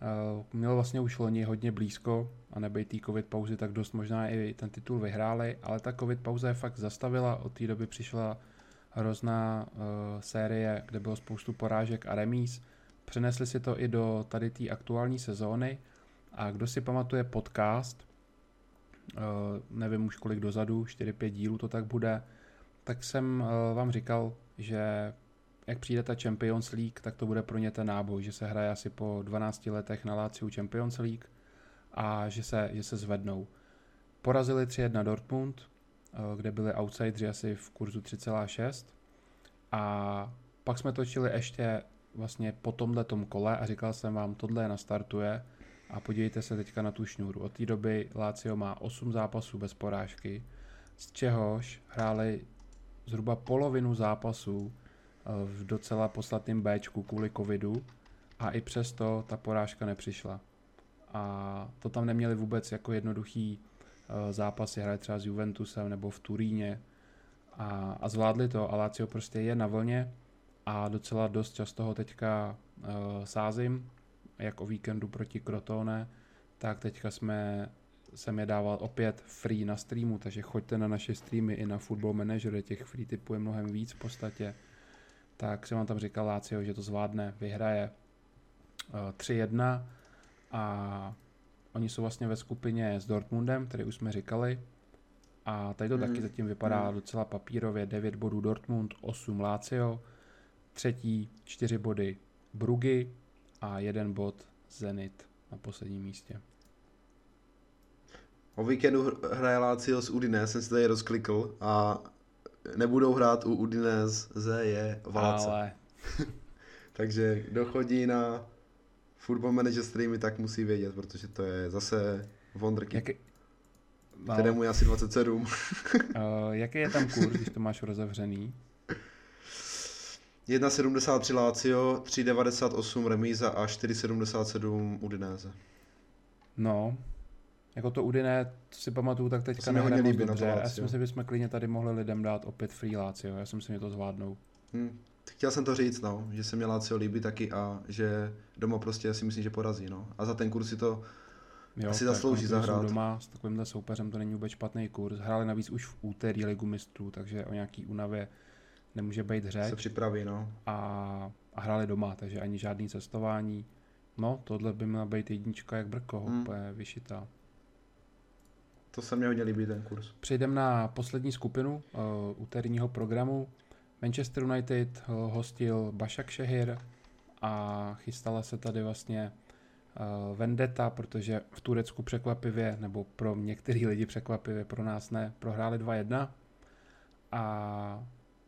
Měl vlastně už loni hodně blízko a nebejt té covid pauzy, tak dost možná i ten titul vyhráli, ale ta covid pauza je fakt zastavila, od té doby přišla hrozná série, kde bylo spoustu porážek a remíz. Přenesli si to i do tady té aktuální sezóny a kdo si pamatuje podcast, nevím už kolik dozadu, 4-5 dílů to tak bude, tak jsem vám říkal, že jak přijde ta Champions League, tak to bude pro ně ten náboj, že se hraje asi po 12 letech na Láciu Champions League a že se zvednou. Porazili 3-1 Dortmund, kde byli outsideri asi v kurzu 3,6 a pak jsme točili ještě vlastně po tomhletom kole a říkal jsem vám, tohle nastartuje a podívejte se teďka na tu šňůru. Od té doby Lazio má 8 zápasů bez porážky, z čehož hráli zhruba polovinu zápasů v docela podstatném Bčku kvůli covidu a i přesto ta porážka nepřišla. A to tam neměli vůbec jako jednoduchý zápasy, hraje třeba s Juventusem nebo v Turíně a zvládli to a Lazio prostě je na vlně a docela dost často ho teďka sázím, jak o víkendu proti Crotone, tak teďka jsem je dával opět free na streamu, takže choďte na naše streamy i na Football Manager, těch free typů je mnohem víc v podstatě. Tak jsem vám tam říkal Lazio, že to zvládne, vyhraje 3-1 a oni jsou vlastně ve skupině s Dortmundem, který už jsme říkali a tady to taky zatím vypadá docela papírově, 9 bodů Dortmund, 8 Lazio, třetí 4 body Bruggy a 1 bod Zenit na posledním místě. O víkendu hraje Lazio s Udinese, jsem si tady rozklikl a nebudou hrát u Udinese je Válce. Ale... Takže kdo chodí na Football Manager streamy, tak musí vědět, protože to je zase Wonderkid, kterému je asi 27. Jaký je tam kurz, když to máš rozevřený? 1,73 Lazio, 3,98 remíza a 4,77 Udinese. No, jako to Udine, co si pamatuju, tak teďka nehraje moc dobře. Já si myslím, že bychom klidně tady mohli lidem dát opět free Lazio. Já si myslím, že to zvládnou. Chtěl jsem to říct, no, že se mě Lazio líbí taky a že doma prostě si myslím, že porazí. No. A za ten kurz si to asi zaslouží zahrát. Doma s takovýmhle soupeřem to není vůbec špatný kurz. Hráli navíc už v úterý Ligu mistrů, takže o nějaký únavě nemůže být řeč. Se připraví, no. A hráli doma, takže ani žádný cestování. No, tohle by měla být jednička jak brko, úplně vyšitá. To se mně hodně líbí, ten kurz. Přejdeme na poslední skupinu úterního programu. Manchester United hostil Başakşehir a chystala se tady vlastně vendetta, protože v Turecku překvapivě, nebo pro některý lidi překvapivě, pro nás ne, prohráli 2-1 a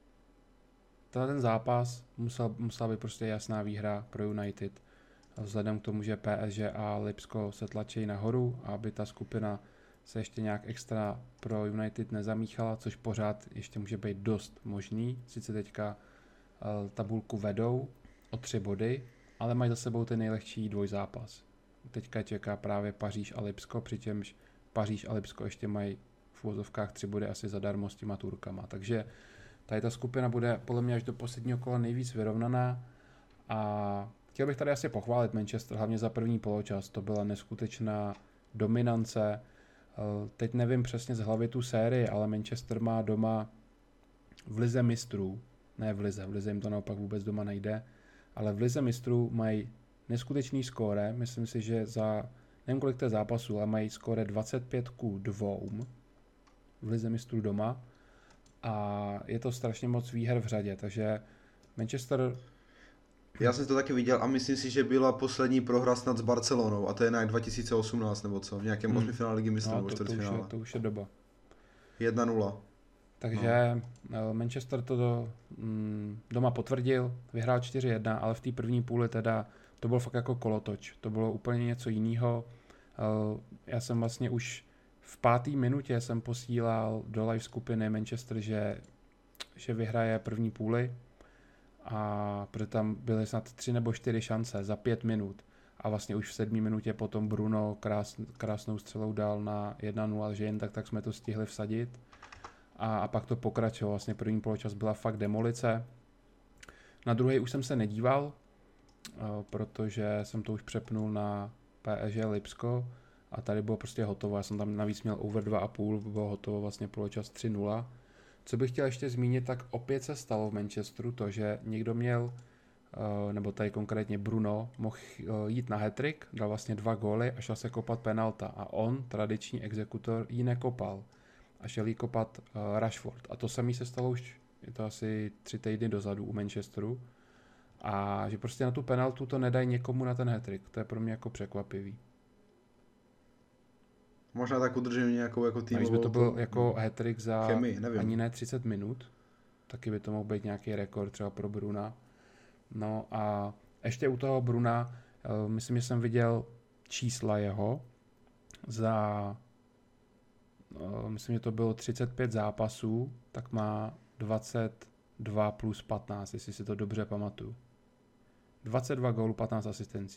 ten zápas musela být prostě jasná výhra pro United. Vzhledem k tomu, že PSG a Lipsko se tlačí nahoru a aby ta skupina se ještě nějak extra pro United nezamíchala, což pořád ještě může být dost možný. Sice teďka tabulku vedou o 3 body, ale mají za sebou ten nejlehčí dvojzápas. Teďka čeká právě Paříž a Lipsko, přičemž Paříž a Lipsko ještě mají v uvozovkách 3 body asi zadarmo s těma Turkama. Takže tady ta skupina bude podle mě až do posledního kola nejvíc vyrovnaná a chtěl bych tady asi pochválit Manchester, hlavně za první poločas. To byla neskutečná dominance. Teď nevím přesně z hlavy tu sérii, ale Manchester má doma v lize mistrů, ne v lize jim to naopak vůbec doma nejde, ale v lize mistrů mají neskutečný skóre, myslím si, že za nevím kolik to je zápasů, ale mají skóre 25-2 v lize mistrů doma a je to strašně moc výher v řadě, takže Manchester... Já jsem to taky viděl a myslím si, že byla poslední prohra snad s Barcelonou a to je nějak 2018 nebo co, v nějakém 8. finále ligy mistrů nebo čtvrtfinále. To už je doba. 1-0. Takže Manchester to doma potvrdil, vyhrál 4-1, ale v té první půli teda to byl fakt jako kolotoč. To bylo úplně něco jiného. Já jsem vlastně už v 5. minutě jsem posílal do live skupiny Manchester, že vyhraje první půli a protože tam byly snad 3 nebo 4 šance za 5 minut. A vlastně už v 7. minutě potom Bruno krásnou střelou dal na 1-0, že jen tak jsme to stihli vsadit. A pak to pokračovalo, vlastně první poločas byla fakt demolice. Na druhý už jsem se nedíval, protože jsem to už přepnul na PSG Lipsko a tady bylo prostě hotovo. Já jsem tam navíc měl over 2,5, bylo hotovo vlastně poločas 3-0. Co bych chtěl ještě zmínit, tak opět se stalo v Manchesteru to, že někdo měl, nebo tady konkrétně Bruno, mohl jít na hat-trick, dal vlastně 2 góly a šel se kopat penalta. A on, tradiční exekutor, ji nekopal. A šel jí kopat Rashford. A to samé se stalo už, je to asi 3 týdny dozadu u Manchesteru. A že prostě na tu penaltu to nedají někomu na ten hat-trick. To je pro mě jako překvapivý. Možná tak udržím nějakou jako týmovou... Když by to byl jako hat-trick za chemii, ani ne 30 minut, taky by to mohl být nějaký rekord třeba pro Bruna. No a ještě u toho Bruna, myslím, že jsem viděl čísla jeho za, myslím, že to bylo 35 zápasů, tak má 22 plus 15, jestli si to dobře pamatuju. 22 gólů, 15 asistencí.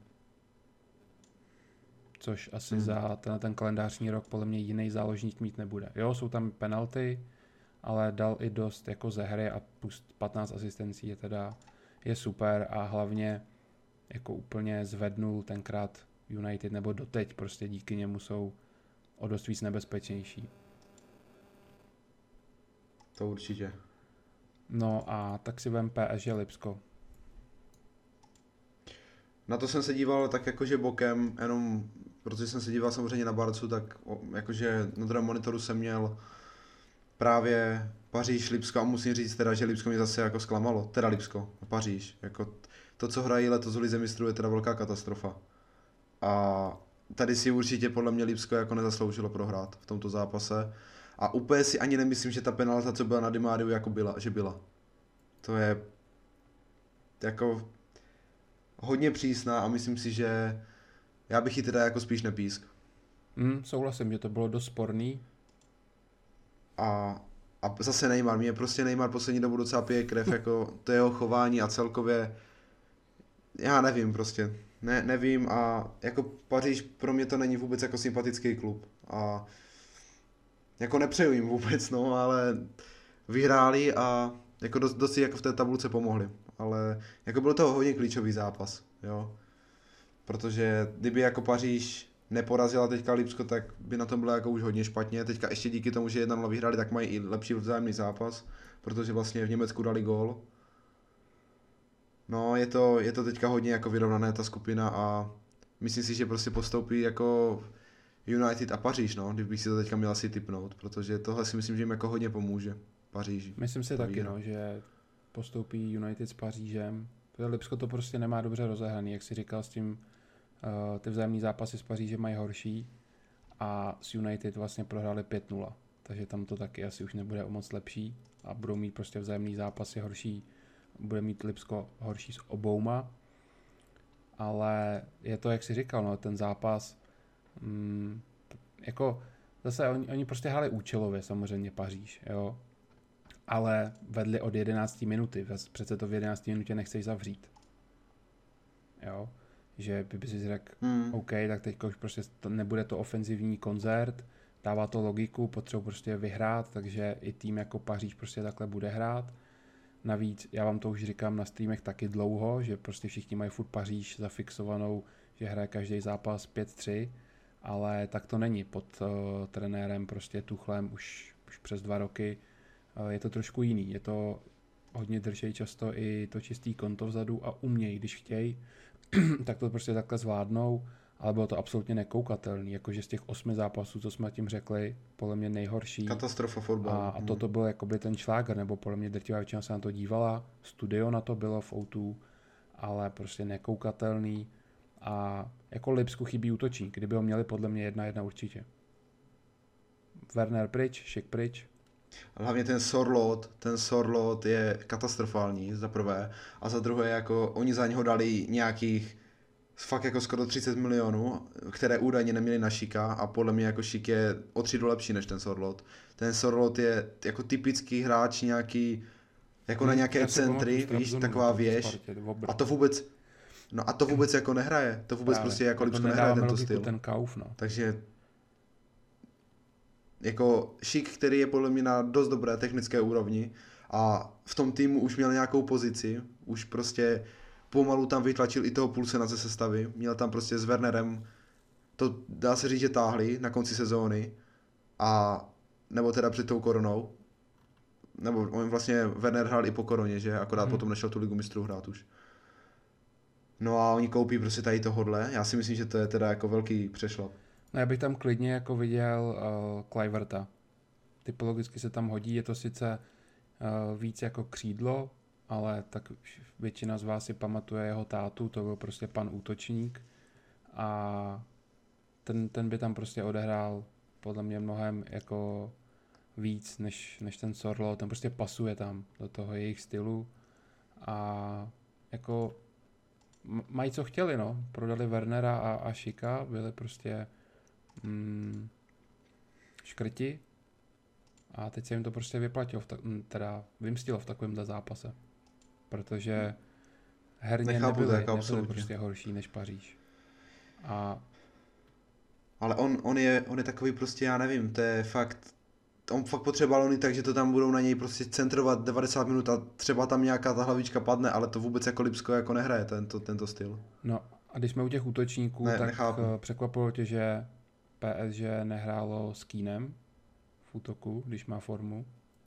Což asi za ten kalendářní rok podle mě jiný záložník mít nebude. Jo, jsou tam penalty, ale dal i dost jako ze hry a plus 15 asistencí je super a hlavně jako úplně zvednul tenkrát United, nebo doteď prostě díky němu jsou o dost víc nebezpečnější. To určitě. No a tak si vem PSG Lipsko. Na to jsem se díval tak jakože bokem, jenom protože jsem se díval samozřejmě na Barcu, tak jakože na druhém monitoru jsem měl právě Paříž, Lipsko a musím říct teda, že Lipsko mě zase jako zklamalo, teda Lipsko, Paříž, jako to, co hrají letos v Lize mistrů, je teda velká katastrofa. A tady si určitě podle mě Lipsko jako nezasloužilo prohrát v tomto zápase a úplně si ani nemyslím, že ta penalta, co byla na Di Mariu, jako byla. To je jako hodně přísná a myslím si, že já bych ji teda jako spíš nepísk. Souhlasím, že to bylo dost sporný. A zase Neymar, mě prostě Neymar poslední dobu docela pije krev, jako to jeho chování a celkově, já nevím prostě, nevím a jako Paříž pro mě to není vůbec jako sympatický klub a jako nepřeju jim vůbec, no, ale vyhráli a jako dost si jako v té tabulce pomohli, ale jako byl to hodně klíčový zápas, jo, protože kdyby jako Paříž neporazila teďka Lipsko, tak by na tom bylo jako už hodně špatně. Teďka ještě díky tomu, že 1-0 vyhráli, tak mají i lepší vzájemný zápas, protože vlastně v Německu dali gól. No, je to teďka hodně jako vyrovnané ta skupina a myslím si, že prostě postoupí jako United a Paříž, no, kdybych si to teďka měl asi tipnout, protože tohle si myslím, že jim jako hodně pomůže Paříži. Myslím si taky, no, že postoupí United s Pařížem. Lipsko to prostě nemá dobře rozehraný, jak si říkal s tím, ty vzájemný zápasy s Pařížem mají horší a s United vlastně prohráli 5-0, takže tam to taky asi už nebude o moc lepší a budou mít prostě vzájemný zápasy horší, bude mít Lipsko horší s obouma, ale je to, jak si říkal, no, ten zápas, jako zase oni prostě hráli účelově samozřejmě Paříž, jo, ale vedli od 11 minuty, přece to v 11 minutě nechceš zavřít, jo. Že by si řekl, OK, tak teďka už prostě nebude to ofenzivní koncert, dává to logiku, potřebuji prostě vyhrát, takže i tým jako Paříž prostě takhle bude hrát. Navíc, já vám to už říkám na streamech taky dlouho, že prostě všichni mají furt Paříž zafixovanou, že hraje každý zápas 5-3, ale tak to není pod trenérem prostě Tuchlem už přes 2 roky. Je to trošku jiný, je to hodně držej často i to čistý konto vzadu a umějí, když chtějí, tak to prostě takhle zvládnou, ale bylo to absolutně nekoukatelný, jakože z těch 8 zápasů, co jsme tím řekli, podle mě nejhorší. Katastrofa fotbalu. A toto byl jakoby ten šláger, nebo podle mě drtivá většina se na to dívala, studio na to bylo v O2, ale prostě nekoukatelný a jako Lipsku chybí útočník, kdyby ho měli podle mě 1-1 určitě. Werner pryč, Schick pryč. Hlavně ten Sorloth je katastrofální za prvé a za druhé jako oni za něho dali nějakých fakt jako skoro 30 milionů, které údajně neměli na Schicka a podle mě jako Schick je o 3 lepší než ten Sorloth. Ten Sorloth je jako typický hráč nějaký jako na nějaké centry, víš, taková věž a to vůbec jako nehraje, to vůbec právě, prostě jako Lipsko nehraje tento styl. Ten Kauf, no. Takže jako Schick, který je podle mě na dost dobré technické úrovni a v tom týmu už měl nějakou pozici, už prostě pomalu tam vytlačil i toho Poulsena ze sestavy, měl tam prostě s Wernerem, to dá se říct, že táhli na konci sezóny, a nebo teda před tou koronou, nebo on vlastně Werner hrál i po koroně, že, akorát potom nešel tu ligu mistrů hrát už. No a oni koupí prostě tady tohodle, já si myslím, že to je teda jako velký přešlap. No já bych tam klidně jako viděl Kluiverta. Typologicky se tam hodí, je to sice víc jako křídlo, ale tak většina z vás si pamatuje jeho tátu, to byl prostě pan útočník a ten by tam prostě odehrál podle mě mnohem jako víc než ten Sorlo, ten prostě pasuje tam do toho jejich stylu a jako mají co chtěli, no, prodali Wernera a Šika, byli prostě škrti a teď se jim to prostě vyplatilo, teda vymstilo v takovémhle zápase, protože herně nebyli prostě horší než Paříž. Ale on je takový prostě, já nevím, to je fakt, on fakt potřeba balony tak, že to tam budou na něj prostě centrovat 90 minut a třeba tam nějaká ta hlavička padne, ale to vůbec jako Lipsko jako nehraje tento styl. No a když jsme u těch útočníků, tak nechápu. Překvapilo tě, že PSG nehrálo s Keanem v útoku, když má formu?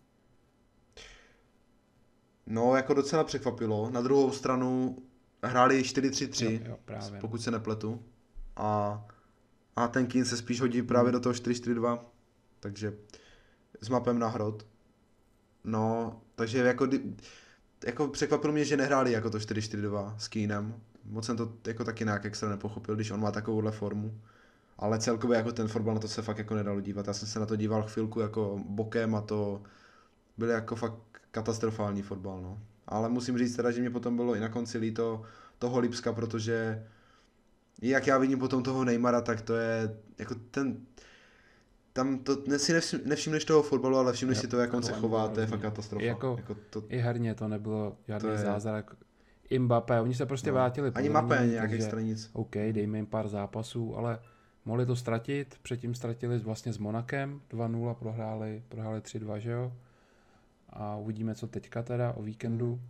No, jako docela překvapilo. Na druhou stranu hráli 4-3-3, jo, právě. Pokud se nepletu. A ten Keane se spíš hodí právě do toho 4-4-2, takže s mapem na hrot. No, takže jako překvapilo mě, že nehráli jako to 4-4-2 s Keanem. Moc jsem to jako taky nějak extra nepochopil, když on má takovouhle formu. Ale celkově jako ten fotbal na to se fakt jako nedalo dívat. Já jsem se na to díval chvilku jako bokem a to byl jako fakt katastrofální fotbal, no. Ale musím říct teda, že mě potom bylo i na konci líto toho Lipska, protože jak já vidím potom toho Neymara, tak to je jako tam to si nevšimneš toho fotbalu, ale všimneš si to, jak on se chová, to je fakt katastrofa. Jako i herně to nebylo žádný zázrak. I Mbappé, oni se prostě vrátili. Ani Mbappé nějak extra nic. OK, dejme jim pár zápasů, ale mohli to ztratit, předtím ztratili vlastně s Monakem, 2-0 prohráli 3-2, že jo? A uvidíme, co teďka teda o víkendu.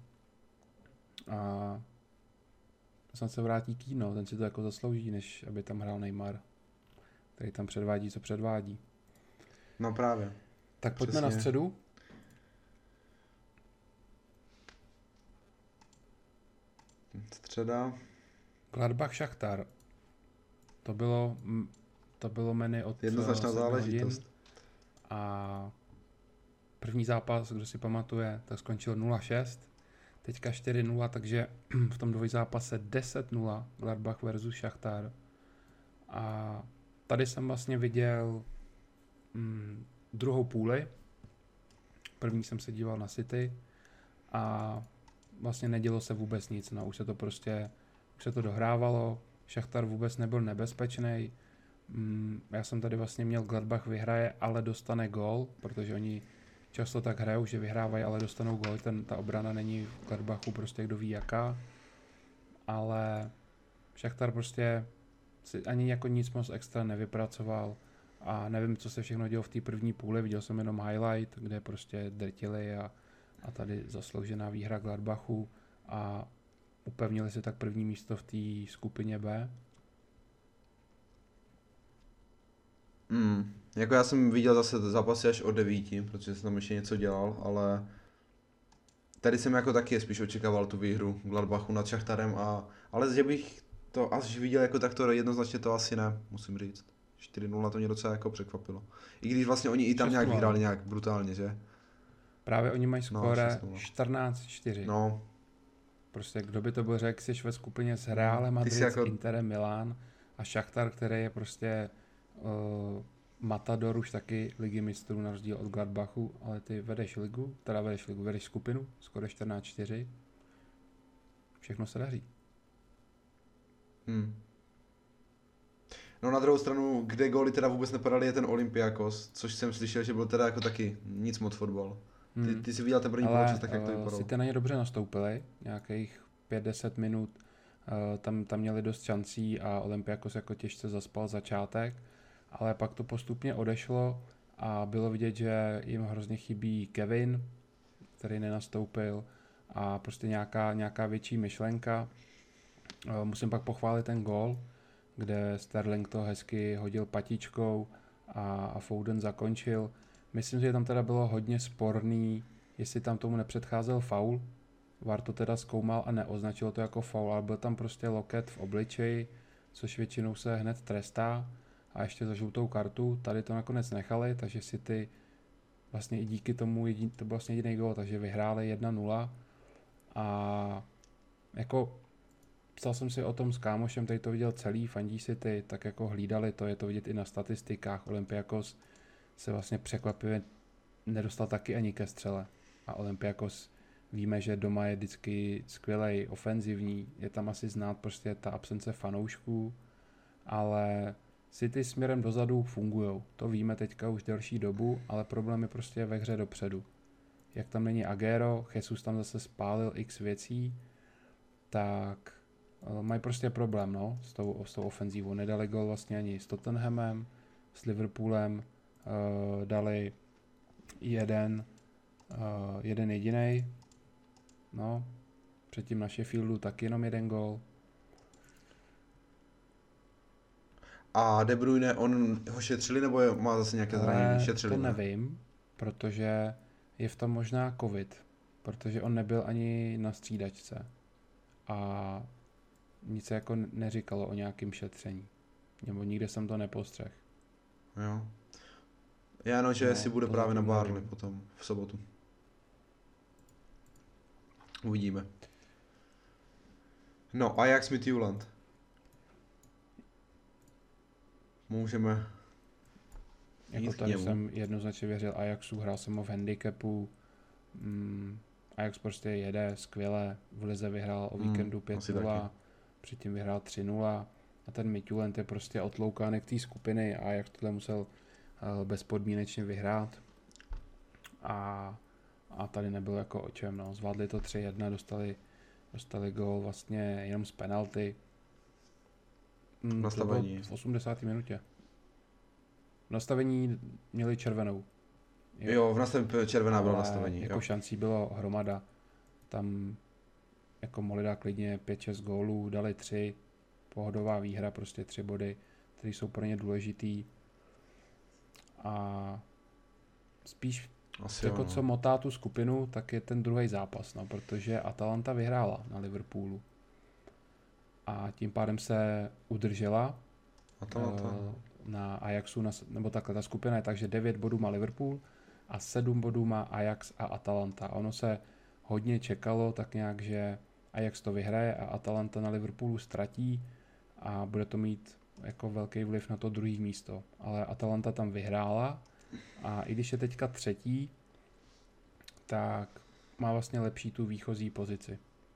A snad se vrátí Keane, ten si to jako zaslouží, než aby tam hrál Neymar, který tam předvádí, co předvádí. No právě. Tak pojďme na středu. Středa. Gladbach Šachtar. To bylo menu od jednoznačná záležitost. A první zápas, kdo si pamatuje, tak skončil 0-6. Teďka 4-0, takže v tom dvojzápase 10-0 Gladbach versus Šachtar. A tady jsem vlastně viděl druhou půli. První jsem se díval na City a vlastně nedělo se vůbec nic. No, už se to dohrávalo. Šachtar vůbec nebyl nebezpečný. Já jsem tady vlastně měl Gladbach vyhraje, ale dostane gól, protože oni často tak hrajou, že vyhrávají, ale dostanou gól. Ta obrana není v Gladbachu prostě kdo ví jaká. Ale Šachtar prostě si ani jako nic moc extra nevypracoval a nevím, co se všechno dělo v té první půli. Viděl jsem jenom highlight, kde prostě drtili a tady zasloužená výhra Gladbachu a upevnili si tak první místo v té skupině B. Jako já jsem viděl zase zápasy až od 9, protože jsem tam ještě něco dělal, ale tady jsem jako taky spíš očekával tu výhru Gladbachu nad Šachtarem, ale že bych to až viděl jako takto jednoznačně to asi ne, musím říct. 4-0 to mě docela jako překvapilo. I když vlastně oni i tam nějak vyhráli nějak brutálně, že? Právě oni mají skóre 14-4. No. Prostě kdo by to byl řekl, jsi ve skupině s Realem Madrid, jako... s Interem Milán a Šachtar, který je prostě matador už taky ligy mistrů na rozdíl od Gladbachu, ale ty vedeš skupinu, skoro 14-4. Všechno se daří. No na druhou stranu, kde góly teda vůbec nepadaly, je ten Olympiakos, což jsem slyšel, že byl teda jako taky nic moc fotbal. Ty jsi viděl ten první poločas, tak jak to vypadalo. Si na ně dobře nastoupili, nějakých 5-10 minut, tam měli dost šancí a Olympiakos jako těžce zaspal začátek, ale pak to postupně odešlo a bylo vidět, že jim hrozně chybí Kevin, který nenastoupil a prostě nějaká větší myšlenka. Musím pak pochválit ten gól, kde Sterling to hezky hodil patičkou a Foden zakončil. Myslím, že tam teda bylo hodně sporný, jestli tam tomu nepředcházel faul. VAR to teda zkoumal a neoznačilo to jako faul, ale byl tam prostě loket v obličeji, což většinou se hned trestá a ještě za žlutou kartu. Tady to nakonec nechali, takže si ty vlastně i díky tomu, to byl vlastně jediný gól, takže vyhráli 1-0 a jako psal jsem si o tom s kámošem, který to viděl celý, fandí si ty, tak jako hlídali to, je to vidět i na statistikách. Olympiakos se vlastně překvapivě nedostal taky ani ke střele. A Olympiakos víme, že doma je vždycky skvělej, ofenzivní, je tam asi znát prostě ta absence fanoušků, ale City směrem dozadu fungujou. To víme teďka už delší dobu, ale problém je prostě ve hře dopředu. Jak tam není Agüero, Jesus tam zase spálil x věcí, tak mají prostě problém, no, s tou ofenzívou. Nedali gol vlastně ani s Tottenhamem, s Liverpoolem, dali jeden jedinej, no, předtím na Sheffieldu taky jenom jeden gol. A De Bruyne, on ho šetřili, nebo má zase nějaké zranění? Šetřili, to nevím, protože je v tom možná covid, protože on nebyl ani na střídačce a nic se jako neříkalo o nějakém šetření. Nebo nikde jsem to nepostřeh. Jo. Já no, že No, si bude to právě na zatím Burnley nevím. potom v sobotu. Uvidíme. No, Ajax Midtjylland. Můžeme Jako jít k tady němu. jsem jednoznačně věřil Ajaxu, hrál jsem ho v handicapu. Ajax prostě jede skvěle, v lize vyhrál o víkendu asi 5-0, taky. předtím vyhrál 3-0 a ten Midtjylland je prostě otloukánek té skupiny a Ajax tohle musel bezpodmínečně vyhrát a tady nebylo jako o čem, no. Zvládli to 3-1, dostali gól vlastně jenom z penalty. Nastavení. To bylo v 80. minutě. V nastavení měli červenou. Jo, v nastavení červená byla nastavení. Jako Jo. šancí bylo hromada. Tam jako mohli dát klidně 5-6 gólů, dali 3. Pohodová výhra, prostě 3 body, které jsou pro ně důležitý. A spíš Asi jako jo, no. co motá tu skupinu, tak je ten druhý zápas, no, protože Atalanta vyhrála na Liverpoolu. A tím pádem se udržela Atalanta. na Ajaxu, nebo takhle, ta skupina je tak, že 9 bodů má Liverpool a 7 bodů má Ajax a Atalanta. A ono se hodně čekalo tak nějak, že Ajax to vyhraje a Atalanta na Liverpoolu ztratí a bude to mít jako velký vliv na to druhé místo. Ale Atalanta tam vyhrála a i když je teďka třetí, tak má vlastně lepší tu výchozí pozici.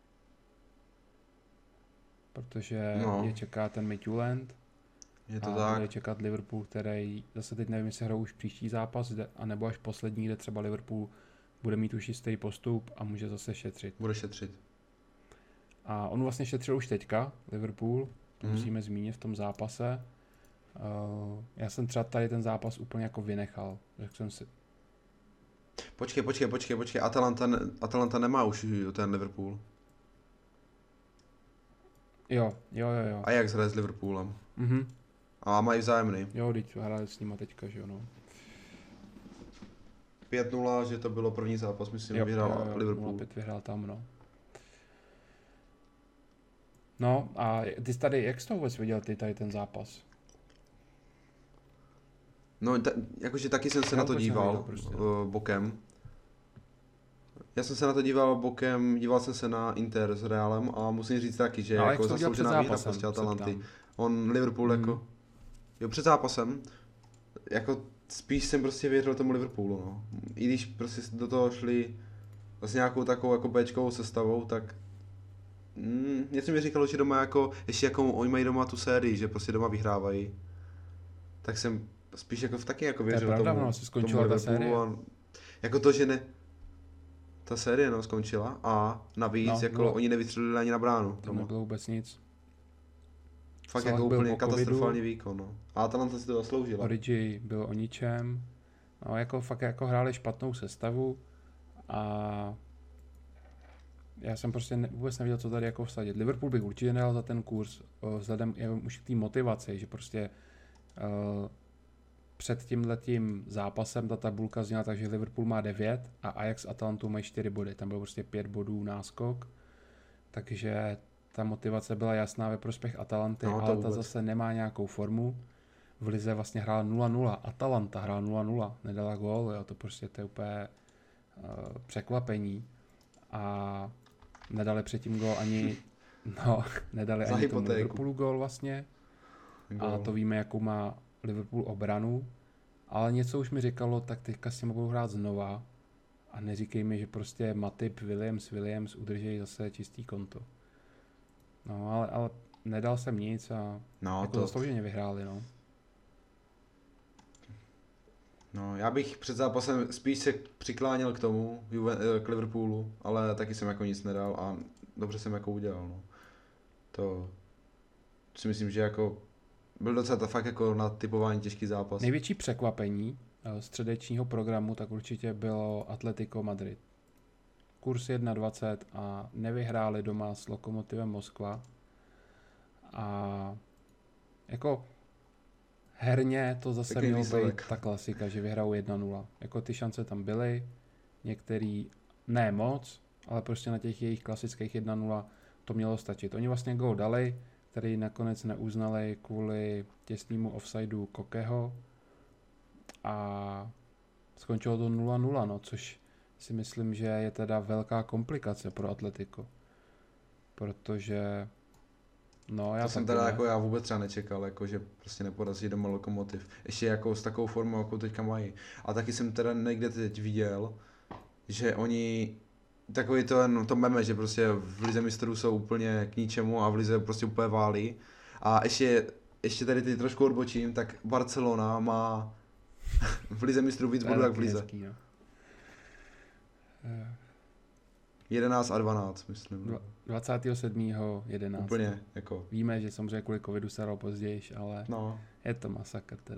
Protože je čeká ten Midtjylland, Je to a tak. bude čekat Liverpool, který zase teď nevím, jestli hrajou už příští zápas, anebo až poslední, kde třeba Liverpool bude mít už jistý postup a může zase šetřit. Bude šetřit. A on vlastně šetřil už teďka, Liverpool, to musíme zmínit v tom zápase. Já jsem třeba tady ten zápas úplně jako vynechal. Řekl jsem si, Počkej. Atalanta nemá už ten Liverpool. jo. Ajax hraje s Liverpoolem. Mhm. A mají vzájemný. Jo, teď hráli s nima teďka, že jo, no. 5-0, že to bylo první zápas, myslím, vyhrál Liverpool. 0-5 vyhrál tam, no. No a ty jsi tady, jak jsi to vůbec viděl ty tady ten zápas? No, jakože taky jsem se Já na to vůbec díval neviděl prostě. bokem. Já jsem se na to díval bokem, díval jsem se na Inter s Realem a musím říct taky, že No, jako zasloužená výhra zápasem, prostě Atalanty. se ptám. On Liverpool jako, jo, před zápasem, jako spíš jsem prostě věřil tomu Liverpoolu, no. I když prostě do toho šli vlastně nějakou takovou jako Bčkovou sestavou, tak něco mi říkalo, že doma jako, ještě jako oni mají doma tu sérii, že prostě doma vyhrávají. Tak jsem spíš jako taky jako věřil pravda, tomu, no, se skončila tomu ta Liverpoolu série. a jako to, že ne, ta série no skončila a navíc No, jako bylo. oni nevystřelili ani na bránu. To doma. nebylo vůbec nic. Fakt Salah jako byl úplně po katastrofální výkon, no. A Atalanta si to zasloužila. Origi byl o ničem. No, jako fakt jako hráli špatnou sestavu a já jsem prostě vůbec nevěděl, co tady jako vsadit. Liverpool bych určitě nedal za ten kurz, vzhledem už k té motivaci, že prostě před tímhletím zápasem ta tabulka zněla tak, že Liverpool má 9 a Ajax Atalantu mají 4 body. Tam byl prostě 5 bodů náskok, takže ta motivace byla jasná ve prospěch Atalanty, No, ale ta zase nemá nějakou formu. V lize vlastně hrála 0-0, Atalanta hrála 0-0, nedala gól, jo, to prostě to je úplně překvapení. A nedali předtím gól ani, nedali ani tomu Liverpoolu gól vlastně. A to víme, jakou má Liverpool obranu. Ale něco už mi říkalo, tak teďka s těmi budou hrát znova. A neříkej mi, že prostě Matip, Williams udrží zase čistý konto. No, ale nedal jsem nic a jako zaslouženě vyhráli, no. No, já bych před zápasem spíš se přikláněl k tomu, k Liverpoolu, ale taky jsem jako nic nedal a dobře jsem jako udělal, no. To si myslím, že jako byl docela fakt jako na typování těžký zápas. Největší překvapení středečního programu tak určitě bylo Atletico Madrid. Kurs 1,20 a nevyhráli doma s Lokomotivem Moskva. A jako herně to zase mělo být ta klasika, že vyhrajou 1-0. Jako ty šance tam byly, některý ne moc, ale prostě na těch jejich klasických 1-0 to mělo stačit. Oni vlastně gól dali, který nakonec neuznali kvůli těsnému offsideu Kokeho a skončilo to 0-0, no, což si myslím, že je teda velká komplikace pro Atletico. Protože no, to jsem teda jako já vůbec třeba nečekal, jako že prostě neporazí doma Lokomotiv. Ještě jako s takovou formou, jakou teďka mají. A taky jsem teda někde teď viděl, že oni takový to meme, že prostě v lize mistrů jsou úplně k ničemu a v lize prostě úplně válí. A ještě tady teď trošku odbočím, tak Barcelona má v lize mistrů víc bodů jak v lize. 11 a 12, myslím. 27.11. Úplně, jako. Víme, že samozřejmě kvůli covidu se hrál později, ale je to masakr teda.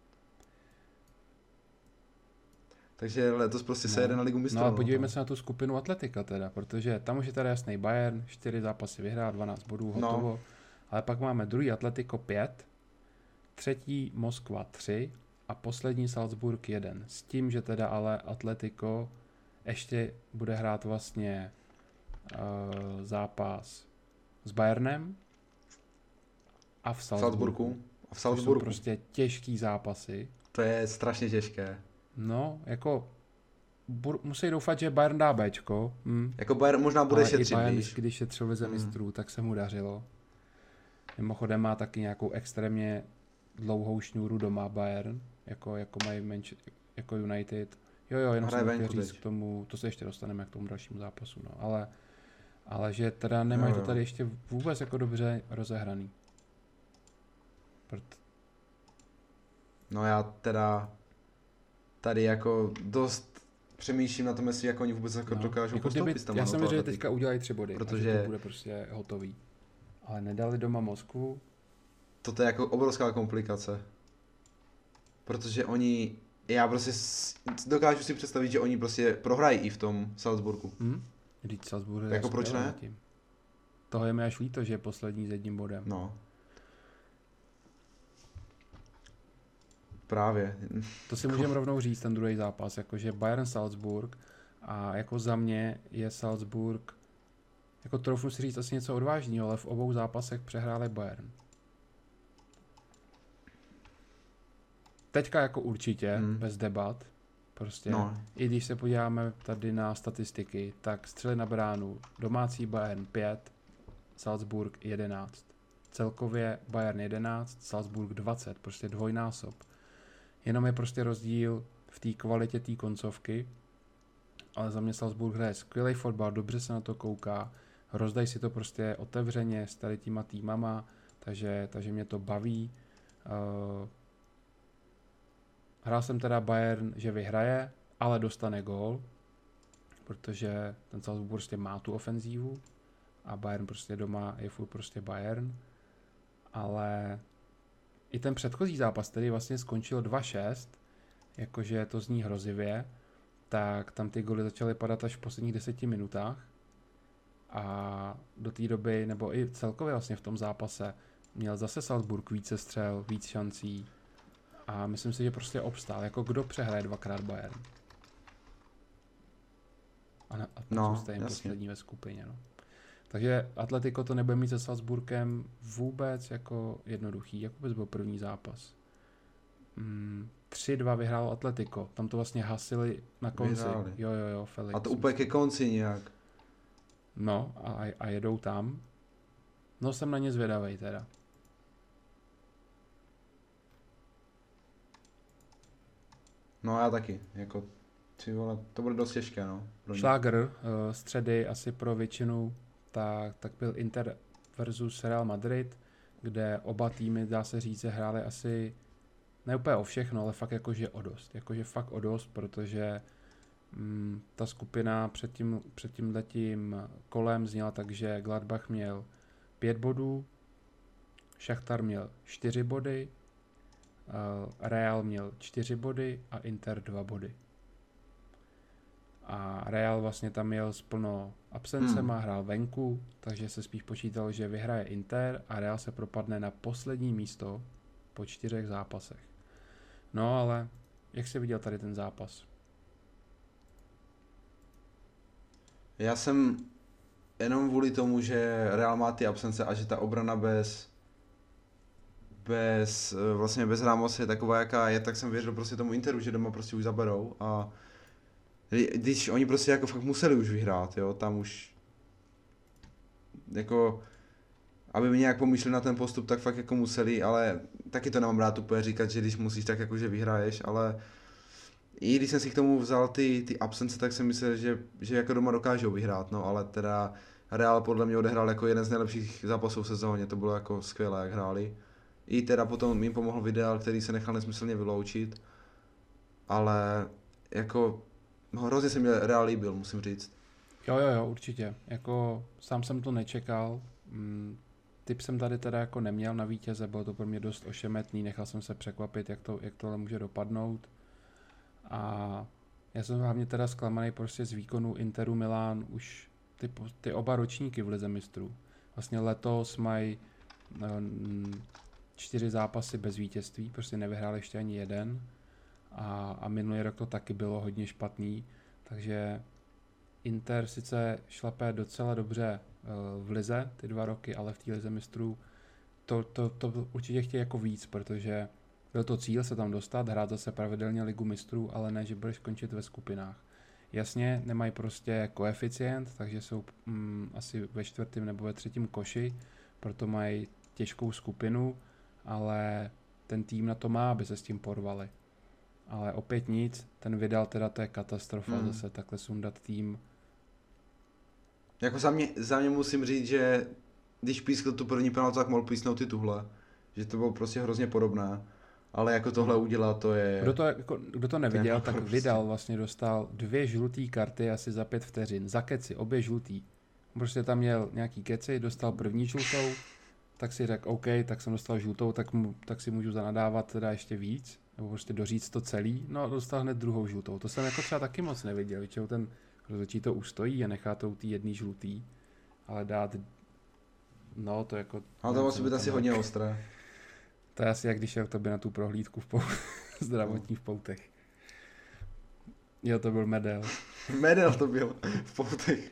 Takže letos prostě se jede na Ligu mistrů. No a podívejme se na tu skupinu Atletika teda, protože tam už je teda jasný Bayern, 4 zápasy vyhrál, 12 bodů, hotovo. No. Ale pak máme druhý Atletico 5, třetí Moskva 3 a poslední Salzburg 1. S tím, že teda ale Atletico ještě bude hrát vlastně zápas s Bayernem a v Salzburgu. A v Salzburgu. To jsou prostě těžký zápasy. To je strašně těžké. No, jako musí doufat, že Bayern dá Bčko. Jako Bayern možná bude šetřit, Bayern, když šetřil lize mistrů, tak se mu dařilo. Mimochodem má taky nějakou extrémně dlouhou šňůru doma Bayern, jako mají jako United. Jo, jenom jsem chtěl říct k tomu, to se ještě dostaneme k tomu dalšímu zápasu, no, ale že teda nemají to tady ještě vůbec jako dobře rozehraný. No já teda tady jako dost přemýšlím na tom, jestli jako oni vůbec jako dokážou jako postoupit tam. Já jsem věřil, že teďka udělají 3 body, protože to bude prostě hotový. Ale nedali doma Moskvu. Toto je jako obrovská komplikace. Protože oni, já prostě dokážu si představit, že oni prostě prohrají i v tom Salzburgu. Vždyť Salzburg jako proč ne? Toho je mi až líto, že je poslední s 1 bodem. No. Právě. To si můžeme rovnou říct, ten druhý zápas, jakože Bayern Salzburg a jako za mě je Salzburg, jako troufnu si říct asi něco odvážného, ale v obou zápasech přehráli Bayern. Teďka jako určitě, bez debat, prostě, i když se podíváme tady na statistiky, tak střely na bránu, domácí Bayern 5, Salzburg 11. Celkově Bayern 11, Salzburg 20, prostě dvojnásob. Jenom je prostě rozdíl v té kvalitě té koncovky, ale za mě Salzburg hraje skvělý fotbal, dobře se na to kouká, rozdají si to prostě otevřeně s tady těma týmama, takže mě to baví. Hrál jsem teda Bayern, že vyhraje, ale dostane gól, protože ten Salzburg prostě má tu ofenzívu a Bayern prostě doma je furt prostě Bayern, ale i ten předchozí zápas, který vlastně skončil 2-6, jakože to zní hrozivě, tak tam ty goly začaly padat až v posledních 10 minutách a do té doby, nebo i celkově vlastně v tom zápase, měl zase Salzburg více střel, víc šancí a myslím si, že prostě obstál. Jako kdo přehraje dvakrát Bayern? A zůstane jim poslední ve skupině. No. Takže Atletico to nebude mít se Salzburgem vůbec jako jednoduchý, jako bys byl první zápas. 3-2 vyhrálo Atletico, tam to vlastně hasili na konci. Vyhráli. Jo, Felix. A to úplně ke konci nějak. No a jedou tam. No jsem na ně zvědavej teda. No já taky, jako ty vole, to bude dost těžké, no. Šláger středy asi pro většinu, tak byl Inter versus Real Madrid, kde oba týmy, dá se říct, hráli asi ne úplně o všechno, ale fakt jakože o dost. Jakože fakt o dost, protože ta skupina před tímhletím kolem zněla tak, že Gladbach měl 5 bodů, Šachtar měl 4 body, Real měl 4 body a Inter 2 body. A Real vlastně tam měl s plno absencema, hrál venku, takže se spíš počítalo, že vyhraje Inter a Real se propadne na poslední místo po 4 zápasech. No ale, jak jsi viděl tady ten zápas? Já jsem jenom kvůli tomu, že Real má ty absence a že ta obrana vlastně bez Ramose je taková, jaká je, tak jsem věřil prostě tomu Interu, že doma prostě už zaberou a když oni prostě jako fakt museli už vyhrát, jo, tam už jako aby mi nějak pomýšleli na ten postup, tak fakt jako museli, ale taky to nemám rád úplně říkat, že když musíš, tak jako že vyhraješ, ale i když jsem si k tomu vzal ty absence, tak jsem myslel, že jako doma dokážou vyhrát, no, ale teda Real podle mě odehrál jako jeden z nejlepších zápasů v sezóně, to bylo jako skvělé, jak hráli. I teda potom jim pomohl Vidal, který se nechal nesmyslně vyloučit, ale jako hrozně se mi Real líbil, musím říct. Jo, určitě. Jako sám jsem to nečekal. Tip jsem tady teda jako neměl na vítěze, bylo to pro mě dost ošemetný, nechal jsem se překvapit, jak tohle může dopadnout. A já jsem hlavně teda zklamaný prostě z výkonu Interu Milán už ty oba ročníky v Lize mistrů. Vlastně letos mají 4 zápasy bez vítězství, prostě nevyhráli ještě ani jeden. A minulý rok to taky bylo hodně špatný, takže Inter sice šlape docela dobře v lize ty 2 roky, ale v té Lize mistrů to určitě chtějí jako víc, protože byl to cíl se tam dostat, hrát zase pravidelně Ligu mistrů, ale ne, že budeš končit ve skupinách. Jasně, nemají prostě koeficient, takže jsou asi ve 4. nebo ve 3. koši, proto mají těžkou skupinu, ale ten tým na to má, aby se s tím porvali. Ale opět nic, ten Vidal teda to je katastrofa, zase takhle sundat tým. Jako za mě musím říct, že když pískl tu první penaltu, tak mohl písknout i tuhle. Že to bylo prostě hrozně podobné. Ale jako tohle udělal, to je... Kdo to neviděl, tak prostě. Vidal vlastně dostal 2 žluté karty asi za 5 vteřin. Za keci, obě žlutý. Prostě tam měl nějaký keci, dostal první žlutou, tak si řekl OK, tak jsem dostal žlutou, tak si můžu zanadávat teda ještě víc. Nebo prostě doříct to celý, no a dostal hned druhou žlutou. To jsem jako třeba taky moc neviděl, většinou ten rozhodčí to ustojí a nechá to u té jedný žlutý, ale dát, no to jako... Ale to musí být asi hodně ostré. To je asi jak když šel k tobě na tu prohlídku zdravotní v Poutech. Jo, to byl Medel. Medel to byl v Poutech.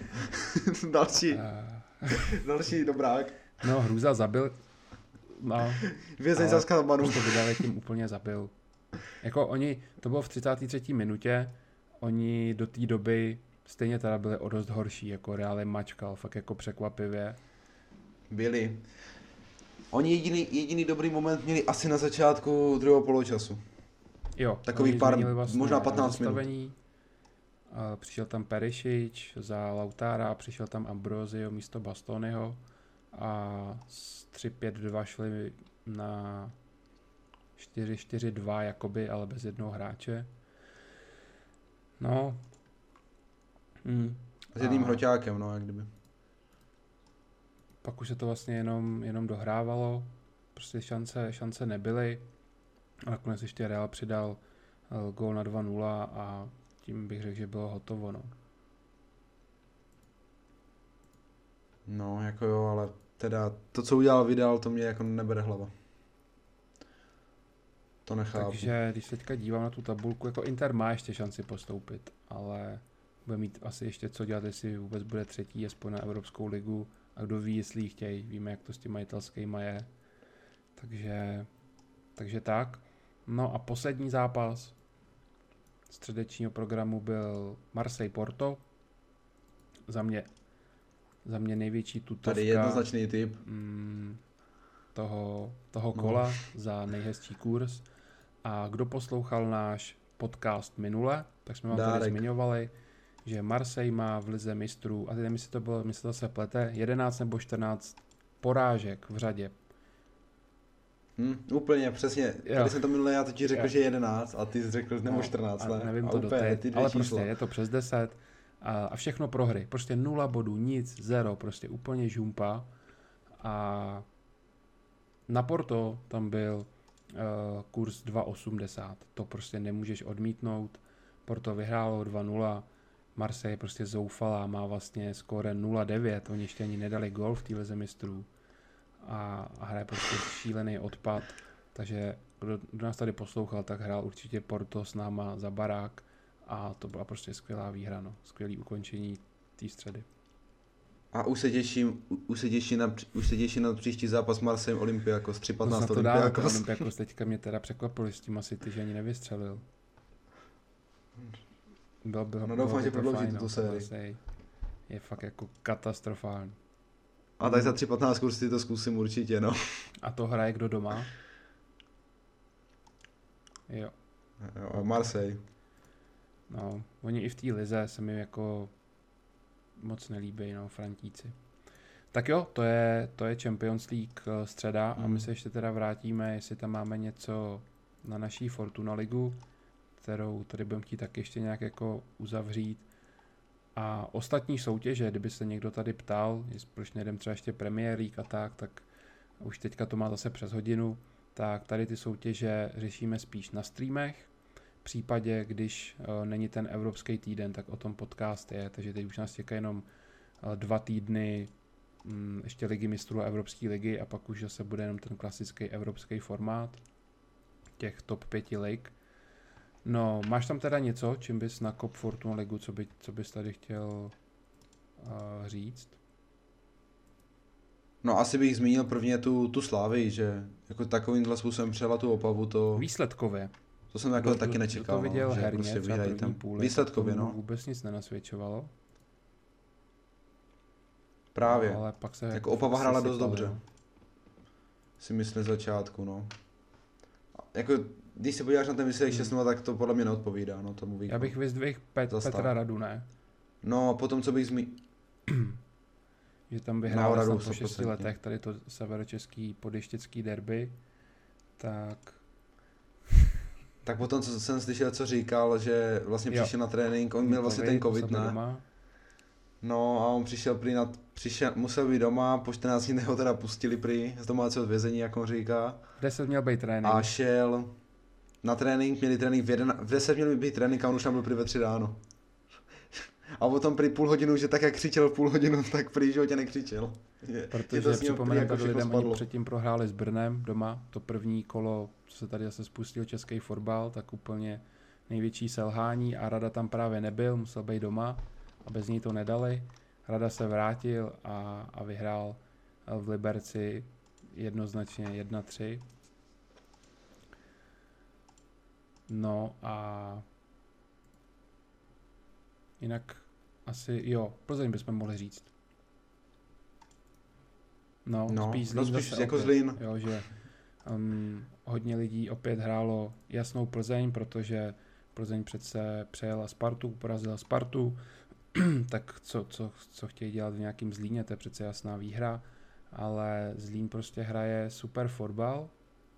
Další dobrák. No, Hrůza zabil... No, vězeň za skalmanu. To Vidal tím úplně zabil. Jako oni, to bylo v 33. minutě, oni do té doby stejně teda byli o dost horší, jako Real mačkal, fakt jako překvapivě. Byli. Oni jediný dobrý moment měli asi na začátku druhého poločasu. Jo. Takových pár, vlastně možná 15 minut. Přišel tam Perišić za Lautára, přišel tam Ambrosio místo Bastoniho a z 3-5-2 šli na 4-4-2 jakoby, ale bez jednoho hráče. No. S jedným hroťákem, no, jak kdyby. Pak už se to vlastně jenom dohrávalo, prostě šance nebyly a nakonec ještě Real přidal gól na 2-0 a tím bych řekl, že bylo hotovo. No. No, jako jo, ale teda to, co udělal Vidal, to mě jako nebere hlava. To nechápu. Takže když se teďka dívám na tu tabulku, jako Inter má ještě šanci postoupit, ale bude mít asi ještě co dělat, jestli vůbec bude třetí, aspoň na Evropskou ligu, a kdo ví, jestli ji chtějí, víme, jak to s tím majitelskýma je. Takže tak. No a poslední zápas středečního programu byl Marseille-Porto. Za mě největší tutovka. Tady jednoznačný typ. Toho kola za nejhezčí kurz. A kdo poslouchal náš podcast minule, tak jsme vám tady zmiňovali, že Marseille má v lize mistrů, a teď nevím, jestli to se plete, 11 nebo 14 porážek v řadě. Úplně, přesně. Tady jsem to minule, já to ti řekl, že 11 a ty jsi řekl nebo 14, ne? Nevím a to úplně, doteď, ale prostě je to přes 10 a všechno prohry. Prostě 0 bodů, nic, 0, prostě úplně žumpa. A na Porto tam byl kurz 2,80. To prostě nemůžeš odmítnout. Porto vyhrálo 2-0. Marseille je prostě zoufalá, má vlastně skóre 0-9. Oni ještě ani nedali gol v té lize mistrů. A hraje prostě šílený odpad. Takže kdo nás tady poslouchal, tak hrál určitě Porto s náma za barák. A to byla prostě skvělá výhra, no. Skvělý ukončení té středy. A už se těším na příští zápas Marseille Olympiakos, 3-15 Olympiakos. Olympiakos teďka mě teda překvapili s tím asi ty, že ani nevystřelil. Doufám, že prodlouží tuto sérii. Je fakt jako katastrofální. A tak za 3-15 kurz si to zkusím určitě, no. A to hraje kdo doma? Jo, Marseille. No, oni i v té lize se mi jako moc nelíbí, no, Frantíci. Tak jo, to je Champions League středa a my se ještě teda vrátíme, jestli tam máme něco na naší Fortuna ligu, kterou tady budeme chtít tak ještě nějak jako uzavřít. A ostatní soutěže, kdyby se někdo tady ptal, proč nejdem třeba ještě Premier League a tak už teďka to má zase přes hodinu, tak tady ty soutěže řešíme spíš na streamech. V případě, když není ten evropský týden, tak o tom podcast je, takže teď už nás čeká jenom 2 týdny ještě ligy mistrů a Evropské ligy a pak už zase bude jenom ten klasický evropský formát těch top 5 lig. No, máš tam teda něco, čím bys nakop Fortuna ligu, co bys tady chtěl říct? No, asi bych zmínil prvně tu Slávii, že jako takovýmhle způsobem přijela tu Opavu, to... Výsledkově. To jsem jako taky nečekal. To viděl že herně, prostě třeba první půli. Výsledkově, no. Vůbec nic nenasvědčovalo. Právě. No, ale pak se jako Opava hrála dost dobře. Si myslím z začátku, no. Jako, když se podíváš na ten výsledek 6-0, tak to podle mě neodpovídá, no, tomu výkonu. Já bych vyzdvihl Petra Radu, ne? No, potom co bych že tam vyhrál po 6 letech tady to severočeský podještěcký derby, tak... Tak potom, co jsem slyšel, co říkal, že vlastně přišel na trénink, on měl vlastně ten covid, ne? Doma. No a on musel být doma, po 14 dní ho teda pustili z domácího vězení, jak on říká. 10 měl být trénink. A šel na trénink, v 10 měl být trénink a on už tam byl prý ve 3 ráno. A potom prý půl hodinu, že tak jak křičel půl hodinu, tak prý životě nekřičel. Protože připomeneme tady lidem, oni předtím prohráli s Brnem doma, to první kolo, co se tady zase spustil český fotbal, tak úplně největší selhání a Rada tam právě nebyl, musel být doma a bez ní to nedali. Rada se vrátil a vyhrál v Liberci jednoznačně 1-3. No a jinak asi, Plzeň bychom mohli říct. No spíš jako Zlín. Jo, že hodně lidí opět hrálo jasnou Plzeň, protože Plzeň přece přejela Spartu, porazila Spartu, tak co chtějí dělat v nějakým Zlíně, to je přece jasná výhra, ale Zlín prostě hraje super fotbal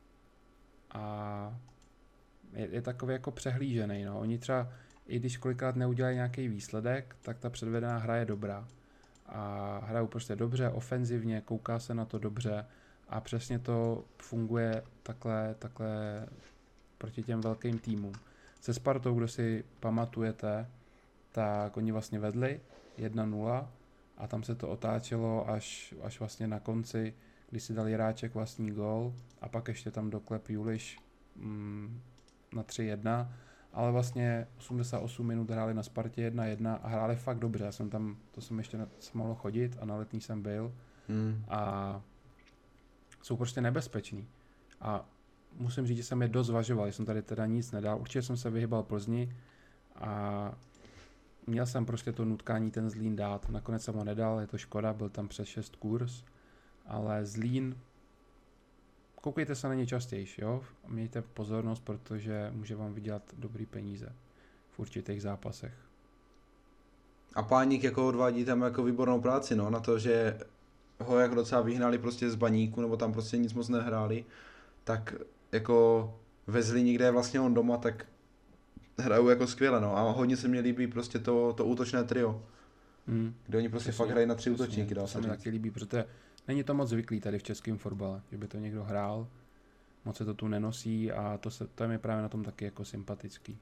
a je takový jako přehlížený, no. Oni třeba, i když kolikrát neudělají nějaký výsledek, tak ta předvedená hra je dobrá. A hrajou prostě dobře, ofenzivně, kouká se na to dobře a přesně to funguje takhle proti těm velkým týmům. Se Spartou, kdo si pamatujete, tak oni vlastně vedli 1-0 a tam se to otáčelo až vlastně na konci, kdy si dal Jiráček vlastní gól a pak ještě tam doklep Juliš na 3-1, ale vlastně 88 minut hráli na Spartě 1-1 a hráli fakt dobře. Já jsem tam, to jsem ještě mohl chodit a na Letný jsem byl a jsou prostě nebezpeční. A musím říct, že jsem je dost zvažoval, jsem tady teda nic nedal. Určitě jsem se vyhybal Plzni a měl jsem prostě to nutkání ten Zlín dát. Nakonec jsem ho nedal, je to škoda, byl tam přes 6 kurz, ale Zlín, koukejte se na ně častěji, jo? Mějte pozornost, protože může vám vydělat dobrý peníze v určitých zápasech. A Páník jako odvádí tam jako výbornou práci, no, na to, že ho jako docela vyhnali prostě z Baníku, nebo tam prostě nic moc nehráli, tak jako ve Zlíně, kde je vlastně on doma, tak hrajou jako skvěle, no, a hodně se mi líbí prostě to útočné trio, kde oni prostě fakt hrají na 3 útočníky, dá se říct. To se mi taky líbí, protože není to moc zvyklý tady v českém fotbale, že by to někdo hrál, moc se to tu nenosí a to je mi právě na tom taky jako sympatický.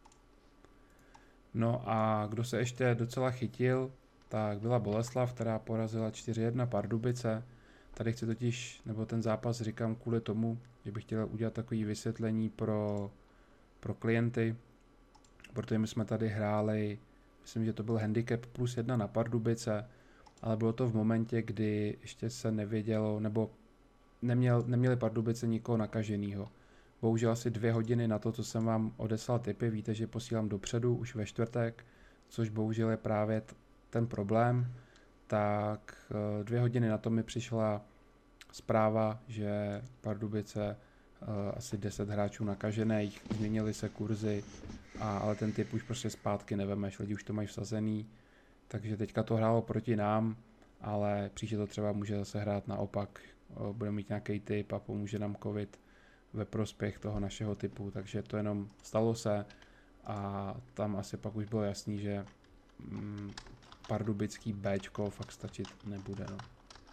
No a kdo se ještě docela chytil, tak byla Boleslav, která porazila 4-1 Pardubice. Tady chci totiž, nebo ten zápas říkám kvůli tomu, že bych chtěl udělat takové vysvětlení pro klienty, protože my jsme tady hráli, myslím, že to byl handicap +1 na Pardubice, ale bylo to v momentě, kdy ještě se nevědělo, nebo neměli Pardubice nikoho nakaženého. Bohužel asi 2 hodiny na to, co jsem vám odeslal tipy, víte, že posílám dopředu už ve čtvrtek, což bohužel je právě ten problém, tak 2 hodiny na to mi přišla zpráva, že Pardubice asi 10 hráčů nakažených, změnily se kurzy, ale ten tip už prostě zpátky nevemeš, lidi už to mají vsazený, takže teďka to hrálo proti nám, ale příště to třeba může zase hrát naopak, bude mít nějaký tip a pomůže nám covid ve prospěch toho našeho typu, takže to jenom stalo se a tam asi pak už bylo jasný, že pardubický Bčko fakt stačit nebude. No.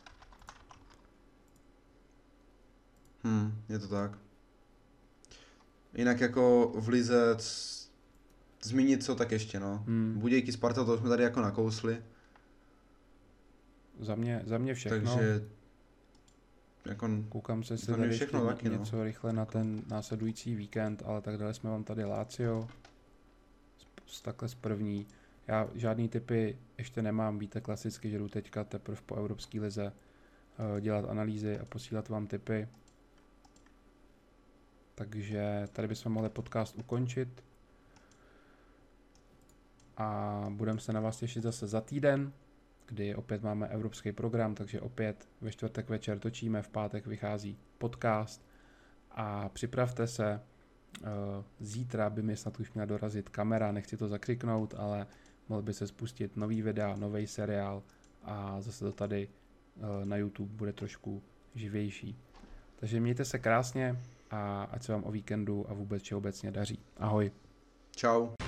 Je to tak. Jinak jako v lize zmínit co tak ještě, no. Budějky Sparta, to jsme tady jako nakousli. Za mě všechno. Takže jako koukám se, jestli tady ještě něco rychle na ten následující víkend, ale tak dali jsme vám tady Lazio takhle z první. Já žádný tipy ještě nemám, víte klasicky, že jdu teďka teprve po evropské lize dělat analýzy a posílat vám tipy. Takže tady bychom mohli podcast ukončit a budeme se na vás těšit zase za týden, kdy opět máme evropský program, takže opět ve čtvrtek večer točíme, v pátek vychází podcast a připravte se, zítra by mi snad už měla dorazit kamera, nechci to zakřiknout, ale mohl by se spustit nový videa, nový seriál a zase to tady na YouTube bude trošku živější. Takže mějte se krásně a ať se vám o víkendu a vůbec všeobecně daří. Ahoj. Čau.